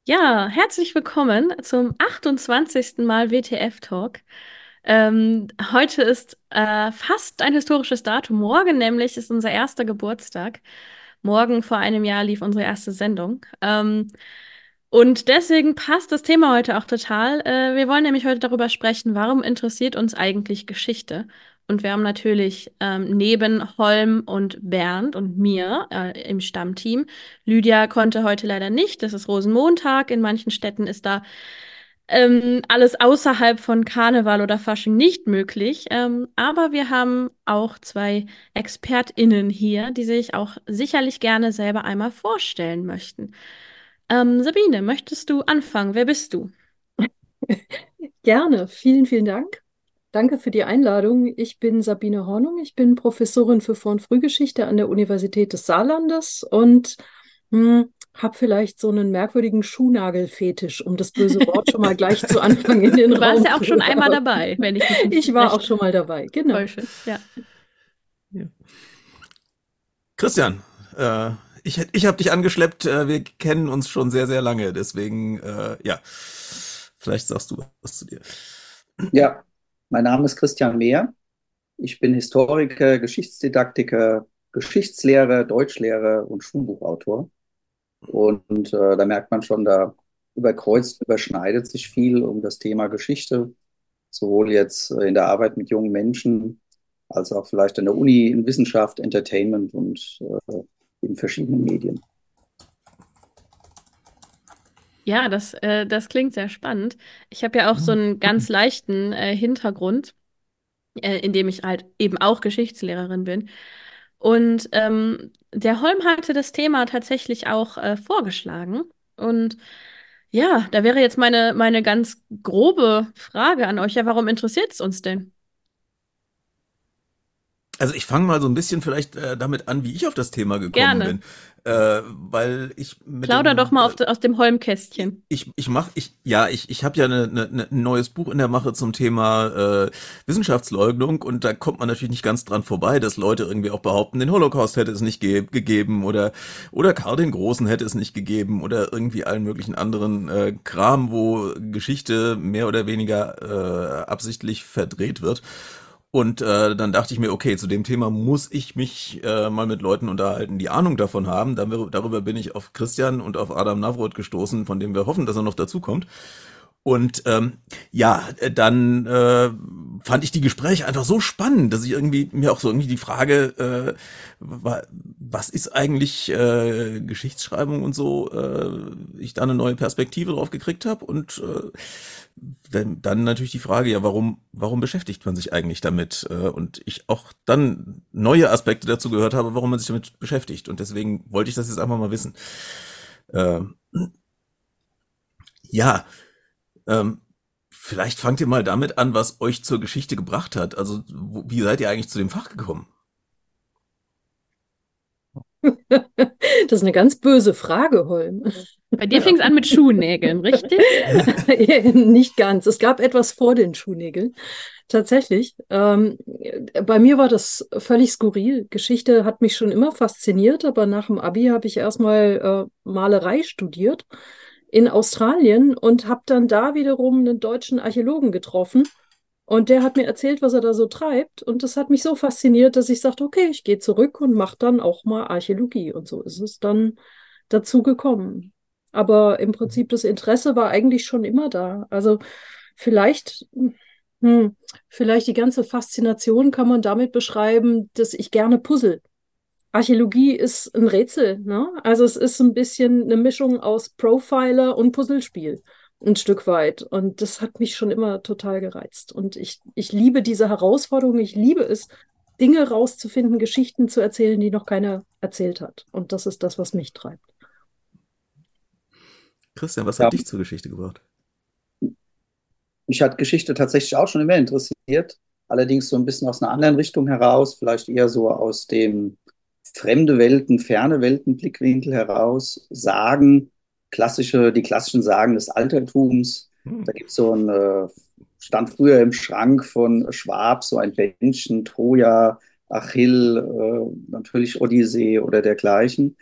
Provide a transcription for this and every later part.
Ja, herzlich willkommen zum 28. Mal WTF Talk. Heute ist fast ein historisches Datum. Morgen nämlich ist unser erster Geburtstag. Morgen vor einem Jahr lief unsere erste Sendung. Und deswegen passt das Thema heute auch total. Wir wollen nämlich heute darüber sprechen, warum interessiert uns eigentlich Geschichte? Und wir haben natürlich neben Holm und Bernd und mir im Stammteam. Lydia konnte heute leider nicht. Das ist Rosenmontag. In manchen Städten ist da alles außerhalb von Karneval oder Fasching nicht möglich. Aber wir haben auch zwei ExpertInnen hier, die sich auch sicherlich gerne selber einmal vorstellen möchten. Sabine, möchtest du anfangen? Wer bist du? Gerne, vielen, vielen Dank. Danke für die Einladung. Ich bin Sabine Hornung. Ich bin Professorin für Vor- und Frühgeschichte an der Universität des Saarlandes und habe vielleicht so einen merkwürdigen Schuhnagelfetisch, um das böse Wort schon mal gleich zu Anfang in den Du warst Raum ja auch zu schon einmal werfen. dabei, wenn ich mich nicht Ich war auch recht schon mal dabei, genau. täusche. Ja. Ja. Christian, ich habe dich angeschleppt. Wir kennen uns schon sehr, sehr lange. Deswegen, ja, vielleicht sagst du was zu dir. Ja, mein Name ist Christian Mehr. Ich bin Historiker, Geschichtsdidaktiker, Geschichtslehrer, Deutschlehrer und Schulbuchautor. Und da merkt man schon, da überkreuzt, überschneidet sich viel um das Thema Geschichte, sowohl jetzt in der Arbeit mit jungen Menschen, als auch vielleicht an der Uni, in Wissenschaft, Entertainment und in verschiedenen Medien. Ja, das klingt sehr spannend. Ich habe ja auch so einen ganz leichten Hintergrund, in dem ich halt eben auch Geschichtslehrerin bin. Und der Holm hatte das Thema tatsächlich auch vorgeschlagen. Und ja, da wäre jetzt meine ganz grobe Frage an euch. Ja, warum interessiert es uns denn? Also ich fange mal so ein bisschen vielleicht damit an, wie ich auf das Thema gekommen Gerne. bin. Weil ich mit Plauder doch dem mal aus dem Holmkästchen. ich habe ja ein neues Buch in der Mache zum Thema Wissenschaftsleugnung, und da kommt man natürlich nicht ganz dran vorbei, dass Leute irgendwie auch behaupten, den Holocaust hätte es nicht gegeben, oder Karl den Großen hätte es nicht gegeben, oder irgendwie allen möglichen anderen Kram, wo Geschichte mehr oder weniger absichtlich verdreht wird. Und dann dachte ich mir, okay, zu dem Thema muss ich mich mal mit Leuten unterhalten, die Ahnung davon haben. Darüber bin ich auf Christian und auf Adam Navroth gestoßen, von dem wir hoffen, dass er noch dazukommt. Und dann fand ich die Gespräche einfach so spannend, dass ich irgendwie mir auch so irgendwie die Frage, was ist eigentlich Geschichtsschreibung und so, ich da eine neue Perspektive drauf gekriegt habe. Und dann natürlich die Frage, ja, warum beschäftigt man sich eigentlich damit? Und ich auch dann neue Aspekte dazu gehört habe, warum man sich damit beschäftigt. Und deswegen wollte ich das jetzt einfach mal wissen. Äh, ja, ähm, vielleicht fangt ihr mal damit an, was euch zur Geschichte gebracht hat. Also, wie seid ihr eigentlich zu dem Fach gekommen? Das ist eine ganz böse Frage, Holm. Bei dir fing es an mit Schuhnägeln, richtig? Nicht ganz. Es gab etwas vor den Schuhnägeln. Tatsächlich. Bei mir war das völlig skurril. Geschichte hat mich schon immer fasziniert, aber nach dem Abi habe ich erstmal Malerei studiert in Australien und habe dann da wiederum einen deutschen Archäologen getroffen. Und der hat mir erzählt, was er da so treibt. Und das hat mich so fasziniert, dass ich sagte, okay, ich gehe zurück und mache dann auch mal Archäologie. Und so ist es dann dazu gekommen. Aber im Prinzip das Interesse war eigentlich schon immer da. Also vielleicht, hm, vielleicht die ganze Faszination kann man damit beschreiben, dass ich gerne puzzle. Archäologie ist ein Rätsel, ne? Also es ist ein bisschen eine Mischung aus Profiler und Puzzlespiel, ein Stück weit. Und das hat mich schon immer total gereizt. Und ich liebe diese Herausforderung. Ich liebe es, Dinge rauszufinden, Geschichten zu erzählen, die noch keiner erzählt hat. Und das ist das, was mich treibt. Christian, was Ja, hat dich zur Geschichte gebracht? mich hat Geschichte tatsächlich auch schon immer interessiert, allerdings so ein bisschen aus einer anderen Richtung heraus, vielleicht eher so aus dem fremde Welten, ferne Welten Blickwinkel heraus. Die klassischen Sagen des Altertums. Hm. Da gibt es stand früher im Schrank von Schwab so ein Bändchen, Troja, Achill, natürlich Odyssee oder dergleichen.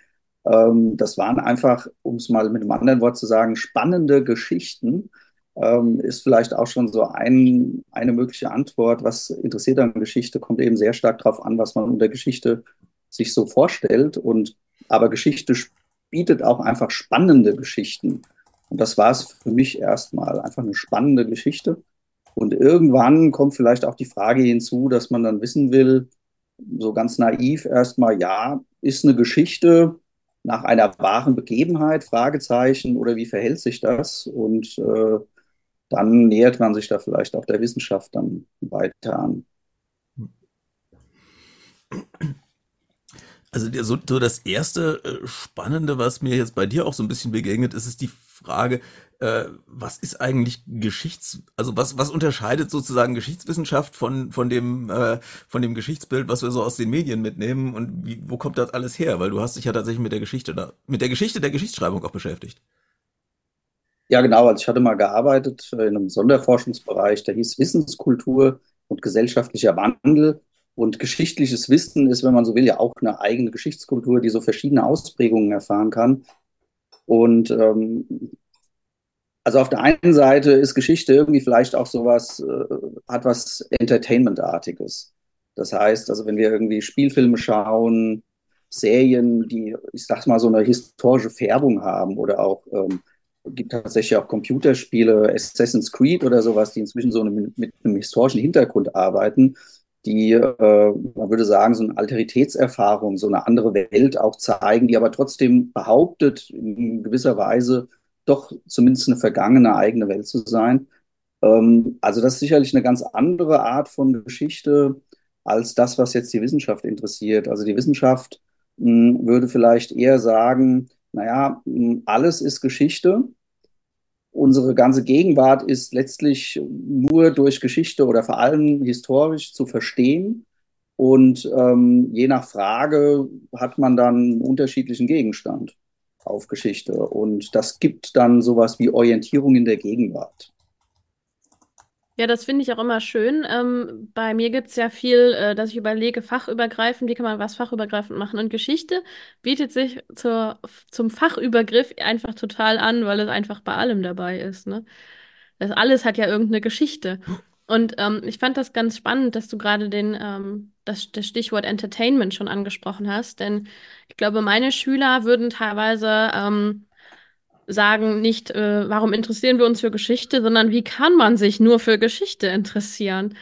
Das waren einfach, um es mal mit einem anderen Wort zu sagen, spannende Geschichten. Ist vielleicht auch schon so eine mögliche Antwort. Was interessiert an Geschichte, kommt eben sehr stark darauf an, was man unter Geschichte sich so vorstellt. Aber Geschichte bietet auch einfach spannende Geschichten. Und das war es für mich erstmal, einfach eine spannende Geschichte. Und irgendwann kommt vielleicht auch die Frage hinzu, dass man dann wissen will, so ganz naiv erstmal, ja, ist eine Geschichte nach einer wahren Begebenheit, Fragezeichen, oder wie verhält sich das? Und dann nähert man sich da vielleicht auch der Wissenschaft dann weiter an. Also so das erste Spannende, was mir jetzt bei dir auch so ein bisschen begegnet, ist die Frage, was ist eigentlich also was unterscheidet sozusagen Geschichtswissenschaft von dem Geschichtsbild, was wir so aus den Medien mitnehmen, und wo kommt das alles her? Weil du hast dich ja tatsächlich mit der Geschichte der Geschichtsschreibung auch beschäftigt. Ja, genau. Also ich hatte mal gearbeitet in einem Sonderforschungsbereich, der hieß Wissenskultur und gesellschaftlicher Wandel. Und geschichtliches Wissen ist, wenn man so will, ja auch eine eigene Geschichtskultur, die so verschiedene Ausprägungen erfahren kann. Und also auf der einen Seite ist Geschichte irgendwie vielleicht auch sowas, hat was Entertainment-artiges. Das heißt, also wenn wir irgendwie Spielfilme schauen, Serien, die, ich sag mal, so eine historische Färbung haben, oder auch gibt tatsächlich auch Computerspiele, Assassin's Creed oder sowas, die inzwischen so mit einem historischen Hintergrund arbeiten, die, man würde sagen, so eine Alteritätserfahrung, so eine andere Welt auch zeigen, die aber trotzdem behauptet, in gewisser Weise doch zumindest eine vergangene eigene Welt zu sein. Also das ist sicherlich eine ganz andere Art von Geschichte als das, was jetzt die Wissenschaft interessiert. Also die Wissenschaft würde vielleicht eher sagen, naja, alles ist Geschichte. Unsere ganze Gegenwart ist letztlich nur durch Geschichte oder vor allem historisch zu verstehen. Und je nach Frage hat man dann einen unterschiedlichen Gegenstand auf Geschichte. Und das gibt dann sowas wie Orientierung in der Gegenwart. Ja, das finde ich auch immer schön. Bei mir gibt es ja viel, dass ich überlege, fachübergreifend, wie kann man was fachübergreifend machen. Und Geschichte bietet sich zum Fachübergriff einfach total an, weil es einfach bei allem dabei ist, ne? Das alles hat ja irgendeine Geschichte. Und ich fand das ganz spannend, dass du gerade das Stichwort Entertainment schon angesprochen hast, denn ich glaube, meine Schüler würden teilweise sagen nicht, warum interessieren wir uns für Geschichte, sondern wie kann man sich nur für Geschichte interessieren?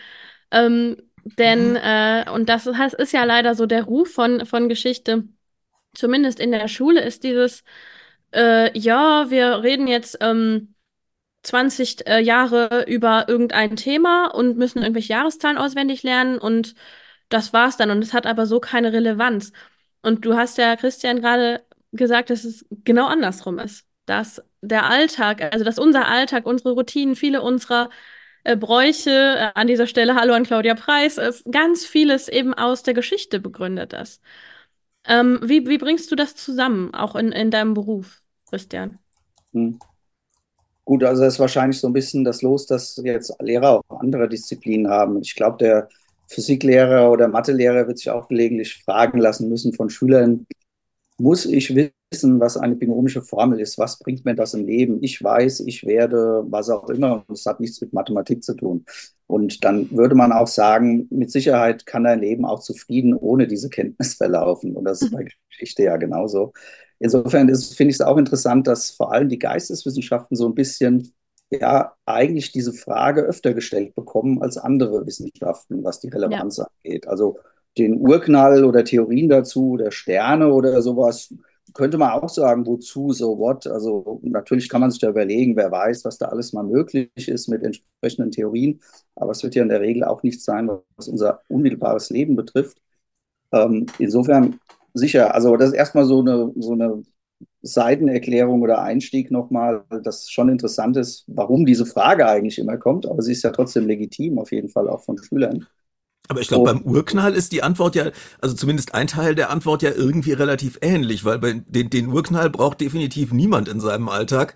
Und ist ja leider so der Ruf von Geschichte, zumindest in der Schule, ist ja, wir reden jetzt 20 Jahre über irgendein Thema und müssen irgendwelche Jahreszahlen auswendig lernen und das war's dann. Und es hat aber so keine Relevanz. Und du hast ja, Christian, gerade gesagt, dass es genau andersrum ist. Dass der Alltag, also dass unser Alltag, unsere Routinen, viele unserer Bräuche, an dieser Stelle Hallo an Claudia Preiss, ganz vieles eben aus der Geschichte begründet ist. Wie bringst du das zusammen, auch in deinem Beruf, Christian? Hm. Gut, also das ist wahrscheinlich so ein bisschen das Los, das jetzt Lehrer auch anderer Disziplinen haben. Ich glaube, der Physiklehrer oder Mathelehrer wird sich auch gelegentlich fragen lassen müssen von Schülern, muss ich wissen, was eine binomische Formel ist? Was bringt mir das im Leben? Ich weiß, ich werde, was auch immer. Und es hat nichts mit Mathematik zu tun. Und dann würde man auch sagen, mit Sicherheit kann dein Leben auch zufrieden ohne diese Kenntnis verlaufen. Und das ist bei Geschichte ja genauso. Insofern finde ich es auch interessant, dass vor allem die Geisteswissenschaften so ein bisschen, ja, eigentlich diese Frage öfter gestellt bekommen als andere Wissenschaften, was die Ja. Relevanz angeht. Also den Urknall oder Theorien dazu, der Sterne oder sowas, könnte man auch sagen, wozu, so what? Also natürlich kann man sich da überlegen, wer weiß, was da alles mal möglich ist mit entsprechenden Theorien, aber es wird ja in der Regel auch nichts sein, was unser unmittelbares Leben betrifft. Insofern sicher, also das ist erstmal so eine Seitenerklärung oder Einstieg nochmal, das schon interessant ist, warum diese Frage eigentlich immer kommt, aber sie ist ja trotzdem legitim, auf jeden Fall auch von Schülern. Aber ich glaube, Und beim Urknall ist die Antwort ja, also zumindest ein Teil der Antwort ja irgendwie relativ ähnlich, weil den Urknall braucht definitiv niemand in seinem Alltag.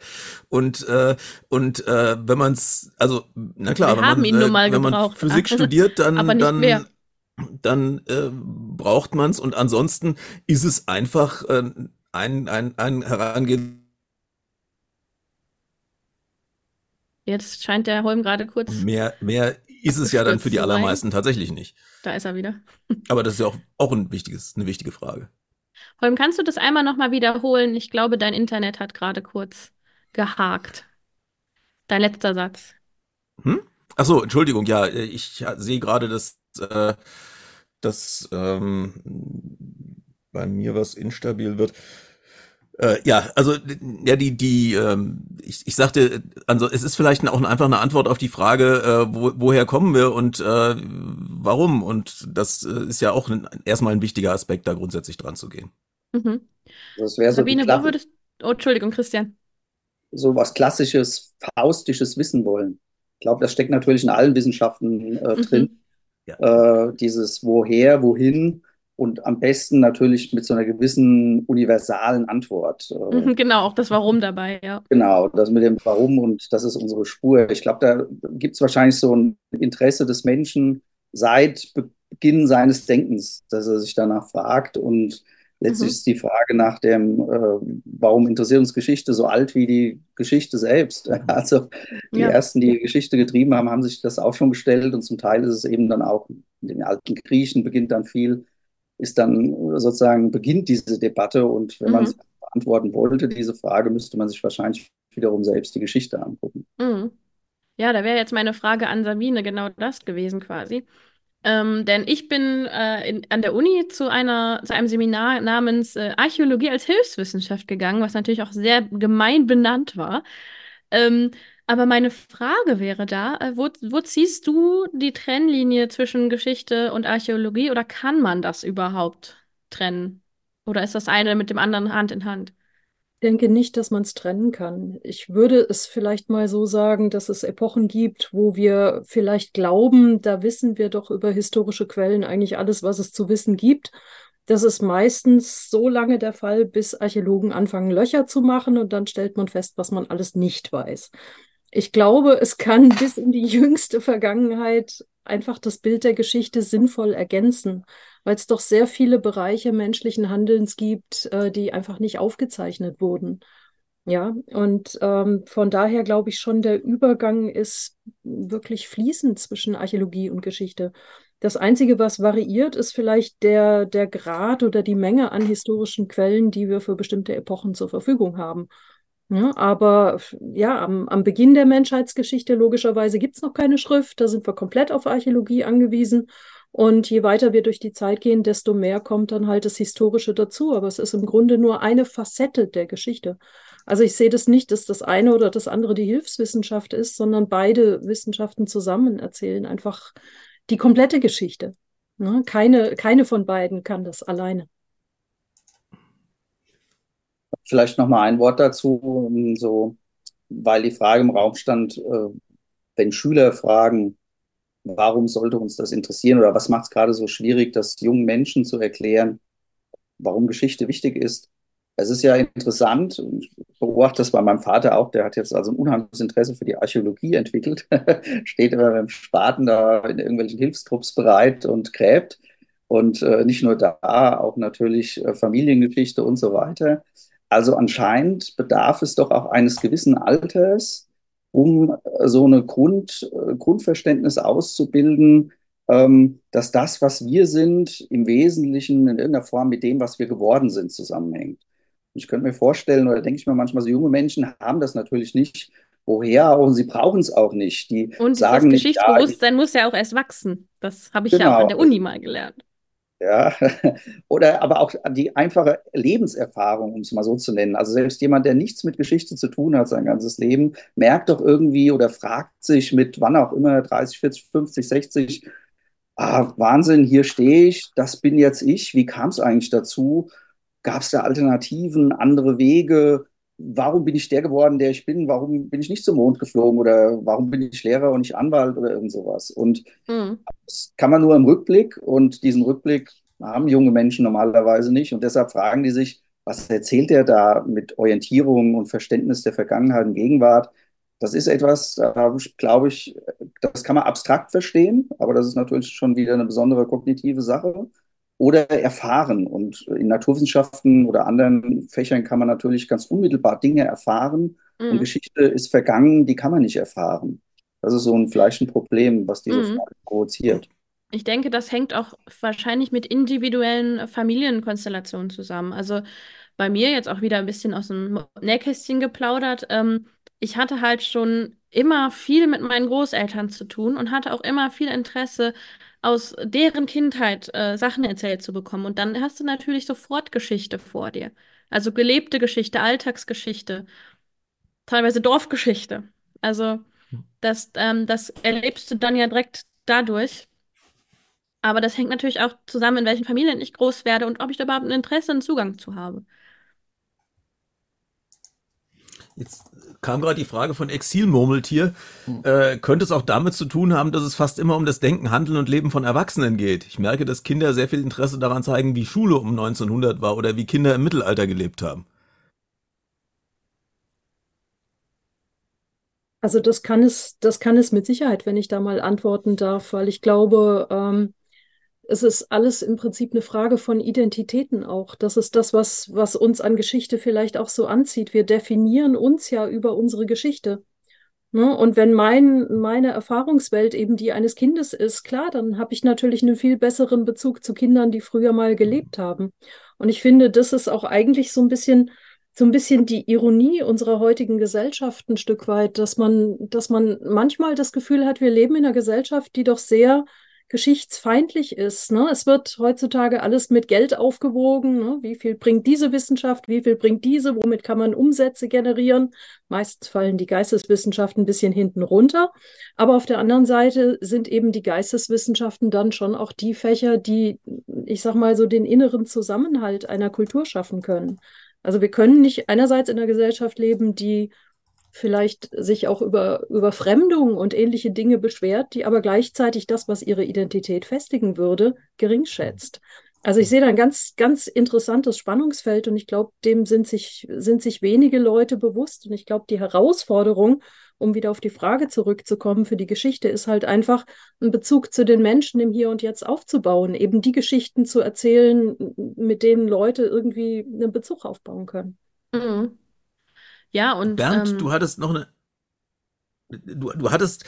Wenn man es, also na klar, Wir haben ihn nur mal wenn man gebraucht, Physik studiert, aber nicht mehr. dann braucht man es, und ansonsten ist es einfach ein Herangehen. Jetzt scheint der Holm gerade kurz Mehr ist es ja dann für abgestürzt die zu sein. allermeisten tatsächlich nicht. Da ist er wieder. Aber das ist ja auch eine wichtige Frage. Holm, kannst du das einmal nochmal wiederholen? Ich glaube, dein Internet hat gerade kurz gehakt. Dein letzter Satz. Hm? Ach so, Entschuldigung, ja, ich sehe gerade, dass bei mir was instabil wird. Ja, also ja, ich sagte, also es ist vielleicht auch einfach eine Antwort auf die Frage, woher kommen wir und warum? Und das ist ja auch erstmal ein wichtiger Aspekt, da grundsätzlich dran zu gehen. Mhm. Das wäre so die Sabine, wo würdest... Oh, Entschuldigung, Christian. so was klassisches, faustisches Wissen wollen. Ich glaube, das steckt natürlich in allen Wissenschaften drin. Mhm. Ja. Dieses Woher, Wohin und am besten natürlich mit so einer gewissen universalen Antwort. Mhm, genau, auch das Warum dabei, ja. Genau, das mit dem Warum und das ist unsere Spur. Ich glaube, da gibt es wahrscheinlich so ein Interesse des Menschen seit Beginn seines Denkens, dass er sich danach fragt. Und letztlich Mhm. ist die Frage nach dem, warum interessiert uns Geschichte so alt wie die Geschichte selbst? Also die Ja. Ersten, die Geschichte getrieben haben, haben sich das auch schon gestellt und zum Teil ist es eben dann auch in den alten Griechen beginnt dann viel, ist dann sozusagen beginnt diese Debatte und wenn man sie Mhm. beantworten wollte, diese Frage, müsste man sich wahrscheinlich wiederum selbst die Geschichte angucken. Mhm. Ja, da wäre jetzt meine Frage an Sabine genau das gewesen quasi. Denn ich bin an der Uni zu einem Seminar namens Archäologie als Hilfswissenschaft gegangen, was natürlich auch sehr gemein benannt war. Ähm, aber meine Frage wäre da, wo ziehst du die Trennlinie zwischen Geschichte und Archäologie oder kann man das überhaupt trennen? Oder ist das eine mit dem anderen Hand in Hand? Ich denke nicht, dass man es trennen kann. Ich würde es vielleicht mal so sagen, dass es Epochen gibt, wo wir vielleicht glauben, da wissen wir doch über historische Quellen eigentlich alles, was es zu wissen gibt. Das ist meistens so lange der Fall, bis Archäologen anfangen, Löcher zu machen und dann stellt man fest, was man alles nicht weiß. Ich glaube, es kann bis in die jüngste Vergangenheit einfach das Bild der Geschichte sinnvoll ergänzen, weil es doch sehr viele Bereiche menschlichen Handelns gibt, die einfach nicht aufgezeichnet wurden. Ja, und von daher glaube ich schon, der Übergang ist wirklich fließend zwischen Archäologie und Geschichte. Das Einzige, was variiert, ist vielleicht der Grad oder die Menge an historischen Quellen, die wir für bestimmte Epochen zur Verfügung haben. Ja, aber ja, am Beginn der Menschheitsgeschichte logischerweise gibt es noch keine Schrift, da sind wir komplett auf Archäologie angewiesen. Und je weiter wir durch die Zeit gehen, desto mehr kommt dann halt das Historische dazu. Aber es ist im Grunde nur eine Facette der Geschichte. Also ich sehe das nicht, dass das eine oder das andere die Hilfswissenschaft ist, sondern beide Wissenschaften zusammen erzählen einfach die komplette Geschichte. Ne? Keine von beiden kann das alleine. Vielleicht noch mal ein Wort dazu, so, weil die Frage im Raum stand, wenn Schüler fragen, warum sollte uns das interessieren oder was macht es gerade so schwierig, das jungen Menschen zu erklären, warum Geschichte wichtig ist. Es ist ja interessant, und ich beobachte das bei meinem Vater auch, der hat jetzt also ein unheimliches Interesse für die Archäologie entwickelt, steht immer beim Spaten da in irgendwelchen Hilfstrupps bereit und gräbt. Und nicht nur da, auch natürlich Familiengeschichte und so weiter. Also anscheinend bedarf es doch auch eines gewissen Alters, um so eine Grundverständnis auszubilden, dass das, was wir sind, im Wesentlichen in irgendeiner Form mit dem, was wir geworden sind, zusammenhängt. Und ich könnte mir vorstellen, oder denke ich mir manchmal, so junge Menschen haben das natürlich nicht. Woher auch? Und sie brauchen es auch nicht. Die Und dieses sagen nicht, ja, Geschichtsbewusstsein muss ja auch erst wachsen. Das habe ich ja auch an genau, der Uni mal gelernt. ja, oder aber auch die einfache Lebenserfahrung, um es mal so zu nennen. Also selbst jemand, der nichts mit Geschichte zu tun hat, sein ganzes Leben, merkt doch irgendwie oder fragt sich mit wann auch immer, 30, 40, 50, 60, Wahnsinn, hier stehe ich, das bin jetzt ich. Wie kam es eigentlich dazu? Gab es da Alternativen, andere Wege? Warum bin ich der geworden, der ich bin? Warum bin ich nicht zum Mond geflogen? Oder warum bin ich Lehrer und nicht Anwalt oder irgend sowas? Und Mhm. das kann man nur im Rückblick und diesen Rückblick haben junge Menschen normalerweise nicht. Und deshalb fragen die sich, was erzählt er da mit Orientierung und Verständnis der Vergangenheit und Gegenwart? Das ist etwas, da glaube ich, das kann man abstrakt verstehen, aber das ist natürlich schon wieder eine besondere kognitive Sache. oder erfahren. Und in Naturwissenschaften oder anderen Fächern kann man natürlich ganz unmittelbar Dinge erfahren und Mhm. Geschichte ist vergangen, die kann man nicht erfahren. Das ist so vielleicht ein Problem, was diese Mhm. Frage provoziert. Ich denke, das hängt auch wahrscheinlich mit individuellen Familienkonstellationen zusammen. Also bei mir jetzt auch wieder ein bisschen aus dem Nähkästchen geplaudert. Ich hatte halt schon immer viel mit meinen Großeltern zu tun und hatte auch immer viel Interesse, aus deren Kindheit Sachen erzählt zu bekommen. Und dann hast du natürlich sofort Geschichte vor dir. Also gelebte Geschichte, Alltagsgeschichte, teilweise Dorfgeschichte. Also das erlebst du dann ja direkt dadurch. Aber das hängt natürlich auch zusammen, in welchen Familien ich groß werde und ob ich da überhaupt ein Interesse und Zugang zu habe. Jetzt kam gerade die Frage von Exilmurmeltier. Könnte es auch damit zu tun haben, dass es fast immer um das Denken, Handeln und Leben von Erwachsenen geht? Ich merke, dass Kinder sehr viel Interesse daran zeigen, wie Schule um 1900 war oder wie Kinder im Mittelalter gelebt haben. Also das kann es mit Sicherheit, wenn ich da mal antworten darf, weil ich glaube, es ist alles im Prinzip eine Frage von Identitäten auch. Das ist das, was uns an Geschichte vielleicht auch so anzieht. Wir definieren uns ja über unsere Geschichte. Ne? Und wenn meine Erfahrungswelt eben die eines Kindes ist, klar, dann habe ich natürlich einen viel besseren Bezug zu Kindern, die früher mal gelebt haben. Und ich finde, das ist auch eigentlich so ein bisschen die Ironie unserer heutigen Gesellschaft ein Stück weit, dass man manchmal das Gefühl hat, wir leben in einer Gesellschaft, die doch sehr geschichtsfeindlich ist. Ne? Es wird heutzutage alles mit Geld aufgewogen. Ne? Wie viel bringt diese Wissenschaft? Wie viel bringt diese? Womit kann man Umsätze generieren? Meist fallen die Geisteswissenschaften ein bisschen hinten runter. Aber auf der anderen Seite sind eben die Geisteswissenschaften dann schon auch die Fächer, die, ich sag mal, so den inneren Zusammenhalt einer Kultur schaffen können. Also wir können nicht einerseits in einer Gesellschaft leben, die vielleicht sich auch über Fremdung und ähnliche Dinge beschwert, die aber gleichzeitig das, was ihre Identität festigen würde, geringschätzt. Also ich sehe da ein ganz interessantes Spannungsfeld und ich glaube, dem sind sich wenige Leute bewusst. Und ich glaube, die Herausforderung, um wieder auf die Frage zurückzukommen, für die Geschichte ist halt einfach, einen Bezug zu den Menschen im Hier und Jetzt aufzubauen, eben die Geschichten zu erzählen, mit denen Leute irgendwie einen Bezug aufbauen können. Mhm. Ja, und Bernd, du hattest noch eine, du hattest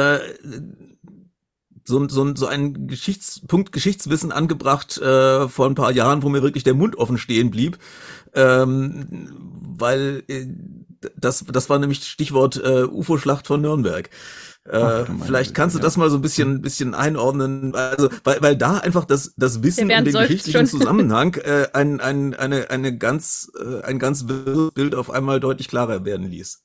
so einen Geschichtswissen angebracht vor ein paar Jahren, wo mir wirklich der Mund offen stehen blieb, weil das war nämlich Stichwort UFO-Schlacht von Nürnberg. Ach du meine Vielleicht Güte, kannst du das ja. mal so bisschen einordnen, also weil da einfach das der Wissen um Bernd den seufzt geschichtlichen schon. Zusammenhang ein ganz wirres Bild auf einmal deutlich klarer werden ließ.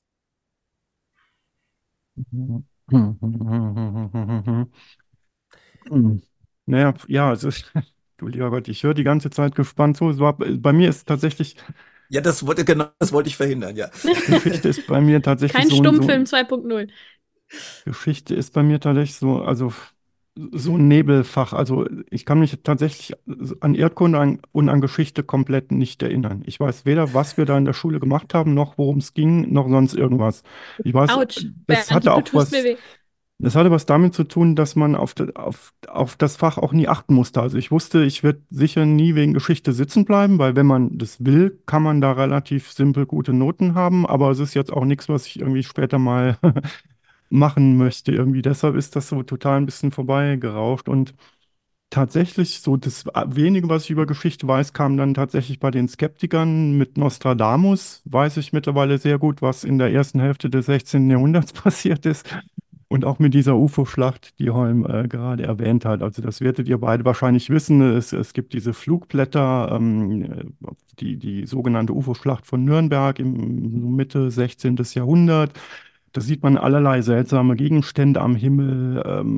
Naja, ja, es ist, du lieber Gott, ich höre die ganze Zeit gespannt zu. Es war, bei mir ist tatsächlich, Ja, das wollte ich verhindern, ja. Geschichte ist bei mir tatsächlich Kein Stummfilm 2.0. Geschichte ist bei mir tatsächlich so, also so ein Nebelfach. Also ich kann mich tatsächlich an Erdkunde und an Geschichte komplett nicht erinnern. Ich weiß weder, was wir da in der Schule gemacht haben, noch worum es ging, noch sonst irgendwas. Ich weiß, Autsch, das Bernd, hatte du auch tust mir was. weh. Das hatte was damit zu tun, dass man auf das Fach auch nie achten musste. Also ich wusste, ich werde sicher nie wegen Geschichte sitzen bleiben, weil wenn man das will, kann man da relativ simpel gute Noten haben. Aber es ist jetzt auch nichts, was ich irgendwie später mal machen möchte. Irgendwie deshalb ist das so total ein bisschen vorbeigerauscht. Und tatsächlich, so das wenige, was ich über Geschichte weiß, kam dann tatsächlich bei den Skeptikern mit Nostradamus. Weiß ich mittlerweile sehr gut, was in der ersten Hälfte des 16. Jahrhunderts passiert ist. Und auch mit dieser UFO-Schlacht, die Holm gerade erwähnt hat. Also das werdet ihr beide wahrscheinlich wissen. Es gibt diese Flugblätter, die sogenannte UFO-Schlacht von Nürnberg im Mitte 16. Jahrhundert. Da sieht man allerlei seltsame Gegenstände am Himmel,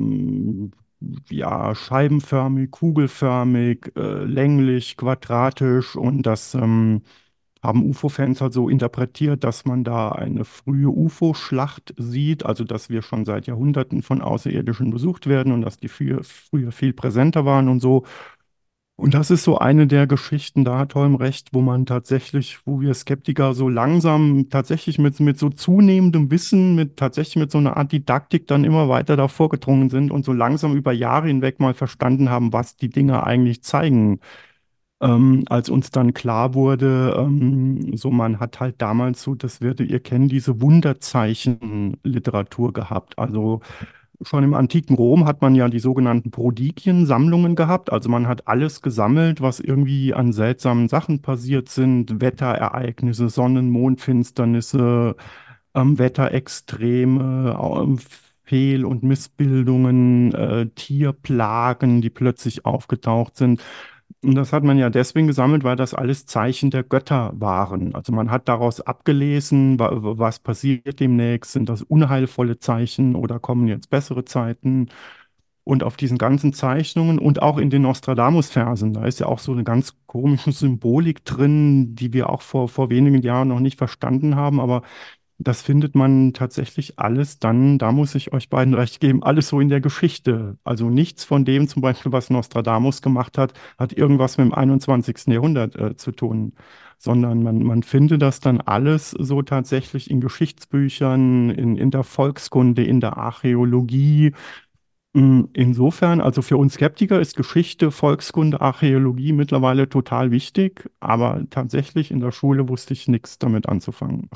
ja, scheibenförmig, kugelförmig, länglich, quadratisch und das haben UFO-Fans halt so interpretiert, dass man da eine frühe UFO-Schlacht sieht, also dass wir schon seit Jahrhunderten von Außerirdischen besucht werden und dass die früher viel präsenter waren und so. Und das ist so eine der Geschichten, da hat Holm recht, wo man tatsächlich, wo wir Skeptiker so langsam tatsächlich mit so zunehmendem Wissen, tatsächlich mit so einer Art Didaktik dann immer weiter davor gedrungen sind und so langsam über Jahre hinweg mal verstanden haben, was die Dinge eigentlich zeigen. Als uns dann klar wurde, so man hat halt damals so, das werdet ihr kennen, diese Wunderzeichen-Literatur gehabt. Also schon im antiken Rom hat man ja die sogenannten Prodigien-Sammlungen gehabt. Also man hat alles gesammelt, was irgendwie an seltsamen Sachen passiert sind. Wetterereignisse, Sonnen-, Mondfinsternisse, Wetterextreme, Fehl- und Missbildungen, Tierplagen, die plötzlich aufgetaucht sind. Und das hat man ja deswegen gesammelt, weil das alles Zeichen der Götter waren. Also man hat daraus abgelesen, was passiert demnächst, sind das unheilvolle Zeichen oder kommen jetzt bessere Zeiten? Und auf diesen ganzen Zeichnungen und auch in den Nostradamus-Versen, da ist ja auch so eine ganz komische Symbolik drin, die wir auch vor wenigen Jahren noch nicht verstanden haben, aber das findet man tatsächlich alles dann, da muss ich euch beiden recht geben, alles so in der Geschichte. Also nichts von dem zum Beispiel, was Nostradamus gemacht hat, hat irgendwas mit dem 21. Jahrhundert zu tun, sondern man findet das dann alles so tatsächlich in Geschichtsbüchern, in der Volkskunde, in der Archäologie. Insofern, also für uns Skeptiker ist Geschichte, Volkskunde, Archäologie mittlerweile total wichtig, aber tatsächlich in der Schule wusste ich nichts damit anzufangen.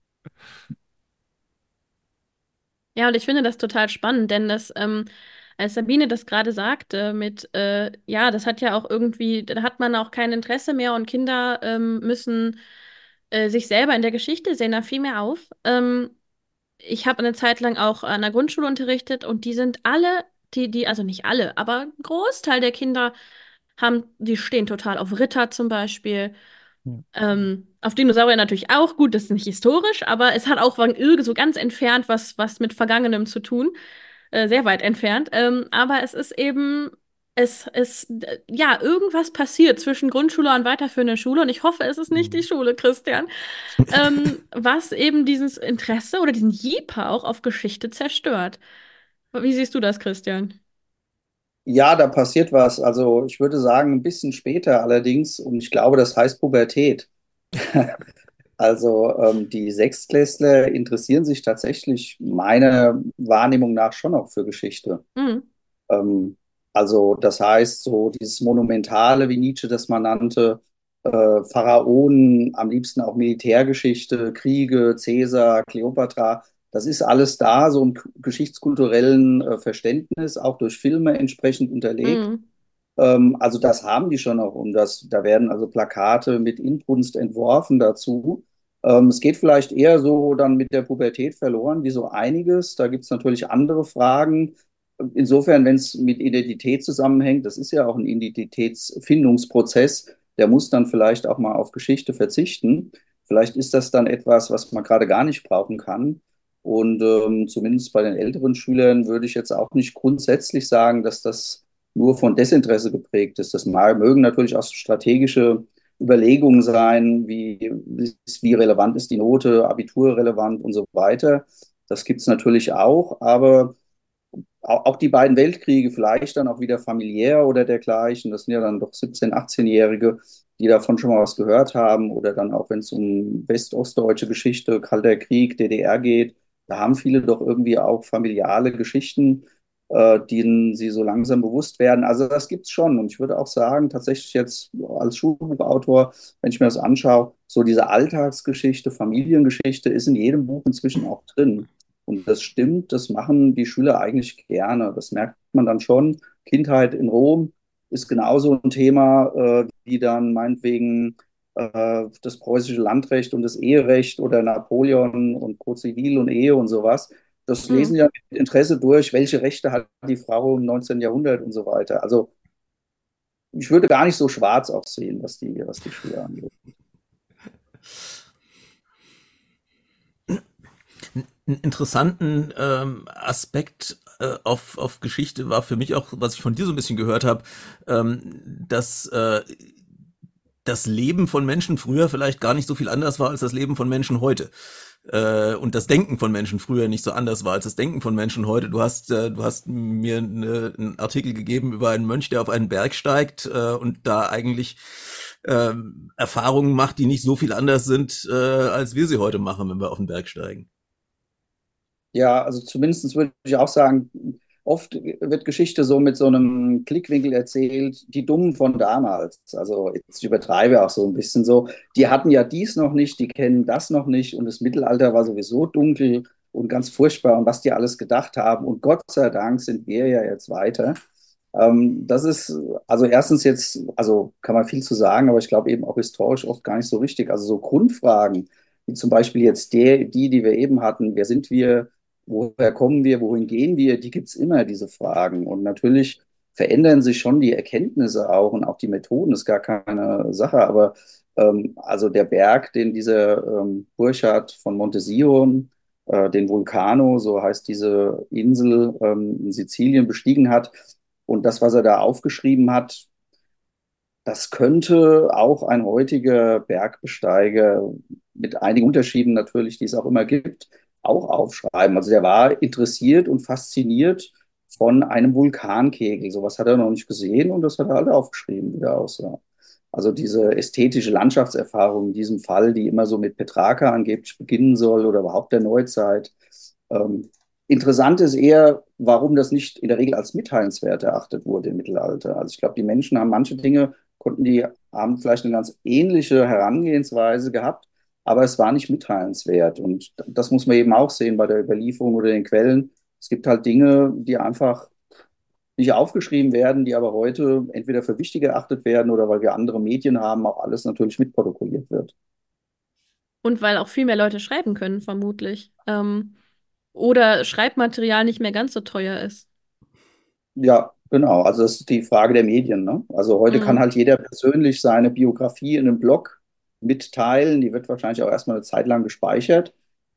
Ja, und ich finde das total spannend, denn als Sabine das gerade sagte, ja, das hat ja auch irgendwie, da hat man auch kein Interesse mehr und Kinder müssen sich selber in der Geschichte sehen da viel mehr auf. Ich habe eine Zeit lang auch an der Grundschule unterrichtet und die sind alle, also nicht alle, aber ein Großteil der Kinder die stehen total auf Ritter zum Beispiel. Ja. Auf Dinosaurier natürlich auch, gut, das ist nicht historisch, aber es hat auch irgend so ganz entfernt was mit Vergangenem zu tun. Sehr weit entfernt. Aber es ist eben, ja, irgendwas passiert zwischen Grundschule und weiterführender Schule und ich hoffe, es ist nicht die Schule, Christian, was eben dieses Interesse oder diesen Jeeper auch auf Geschichte zerstört. Wie siehst du das, Christian? Ja, da passiert was. Also ich würde sagen, ein bisschen später allerdings, und ich glaube, das heißt Pubertät. Also die Sechstklässler interessieren sich tatsächlich meiner Wahrnehmung nach schon auch für Geschichte. Mhm. Ähm, also das heißt, so dieses Monumentale, wie Nietzsche das mal nannte, Pharaonen, am liebsten auch Militärgeschichte, Kriege, Caesar, Kleopatra, das ist alles da, so im geschichtskulturellen Verständnis, auch durch Filme entsprechend unterlegt. Mhm. Also das haben die schon noch und da werden also Plakate mit Inbrunst entworfen dazu. Es geht vielleicht eher so dann mit der Pubertät verloren, wie so einiges. Da gibt es natürlich andere Fragen. Insofern, wenn es mit Identität zusammenhängt, das ist ja auch ein Identitätsfindungsprozess, der muss dann vielleicht auch mal auf Geschichte verzichten. Vielleicht ist das dann etwas, was man gerade gar nicht brauchen kann. Und zumindest bei den älteren Schülern würde ich jetzt auch nicht grundsätzlich sagen, dass das nur von Desinteresse geprägt ist. Das mögen natürlich auch strategische Überlegungen sein, wie relevant ist die Note, Abitur relevant und so weiter. Das gibt es natürlich auch, aber auch die beiden Weltkriege, vielleicht dann auch wieder familiär oder dergleichen, das sind ja dann doch 17-, 18-Jährige, die davon schon mal was gehört haben, oder dann auch, wenn es um west-ostdeutsche Geschichte, Kalter Krieg, DDR geht, da haben viele doch irgendwie auch familiale Geschichten, denen sie so langsam bewusst werden. Also das gibt es schon. Und ich würde auch sagen, tatsächlich jetzt als Schulbuchautor, wenn ich mir das anschaue, so diese Alltagsgeschichte, Familiengeschichte ist in jedem Buch inzwischen auch drin. Und das stimmt, das machen die Schüler eigentlich gerne. Das merkt man dann schon. Kindheit in Rom ist genauso ein Thema wie dann meinetwegen das preußische Landrecht und das Eherecht oder Napoleon und Code Zivil und Ehe und sowas. Das lesen Mhm. ja mit Interesse durch, welche Rechte hat die Frau im 19. Jahrhundert und so weiter. Also ich würde gar nicht so schwarz auch sehen, was die Schüler angeht. Einen interessanten Aspekt auf Geschichte war für mich auch, was ich von dir so ein bisschen gehört habe, dass das Leben von Menschen früher vielleicht gar nicht so viel anders war als das Leben von Menschen heute. und das Denken von Menschen früher nicht so anders war als das Denken von Menschen heute. Du hast mir einen Artikel gegeben über einen Mönch, der auf einen Berg steigt und da eigentlich Erfahrungen macht, die nicht so viel anders sind, als wir sie heute machen, wenn wir auf den Berg steigen. Ja, also zumindest würde ich auch sagen, oft wird Geschichte so mit so einem Blickwinkel erzählt, die Dummen von damals. Also jetzt ich übertreibe auch so ein bisschen so, die hatten ja dies noch nicht, die kennen das noch nicht und das Mittelalter war sowieso dunkel und ganz furchtbar und was die alles gedacht haben. Und Gott sei Dank sind wir ja jetzt weiter. Das ist also erstens jetzt, also kann man viel zu sagen, aber ich glaube eben auch historisch oft gar nicht so richtig. Also so Grundfragen, wie zum Beispiel jetzt die wir eben hatten, wer sind wir? Woher kommen wir, wohin gehen wir? Die gibt es immer, diese Fragen. Und natürlich verändern sich schon die Erkenntnisse auch und auch die Methoden, ist gar keine Sache. Aber also der Berg, den dieser Burchard von Montesion, den Vulcano, so heißt diese Insel in Sizilien, bestiegen hat, und das, was er da aufgeschrieben hat, das könnte auch ein heutiger Bergbesteiger mit einigen Unterschieden natürlich, die es auch immer gibt, auch aufschreiben. Also der war interessiert und fasziniert von einem Vulkankegel. Sowas hat er noch nicht gesehen und das hat er halt aufgeschrieben, wie der aussah. Also diese ästhetische Landschaftserfahrung in diesem Fall, die immer so mit Petrarca angeblich beginnen soll oder überhaupt der Neuzeit. Ähm, Interessant ist eher, warum das nicht in der Regel als mitteilenswert erachtet wurde im Mittelalter. Also ich glaube, die Menschen haben manche Dinge haben vielleicht eine ganz ähnliche Herangehensweise gehabt, aber es war nicht mitteilenswert. Und das muss man eben auch sehen bei der Überlieferung oder den Quellen. Es gibt halt Dinge, die einfach nicht aufgeschrieben werden, die aber heute entweder für wichtig erachtet werden oder weil wir andere Medien haben, auch alles natürlich mitprotokolliert wird. Und weil auch viel mehr Leute schreiben können, vermutlich. Oder Schreibmaterial nicht mehr ganz so teuer ist. Ja, genau. Also das ist die Frage der Medien, ne? Also heute kann Mhm. halt jeder persönlich seine Biografie in einem Blog mitteilen. Die wird wahrscheinlich auch erstmal eine Zeit lang gespeichert.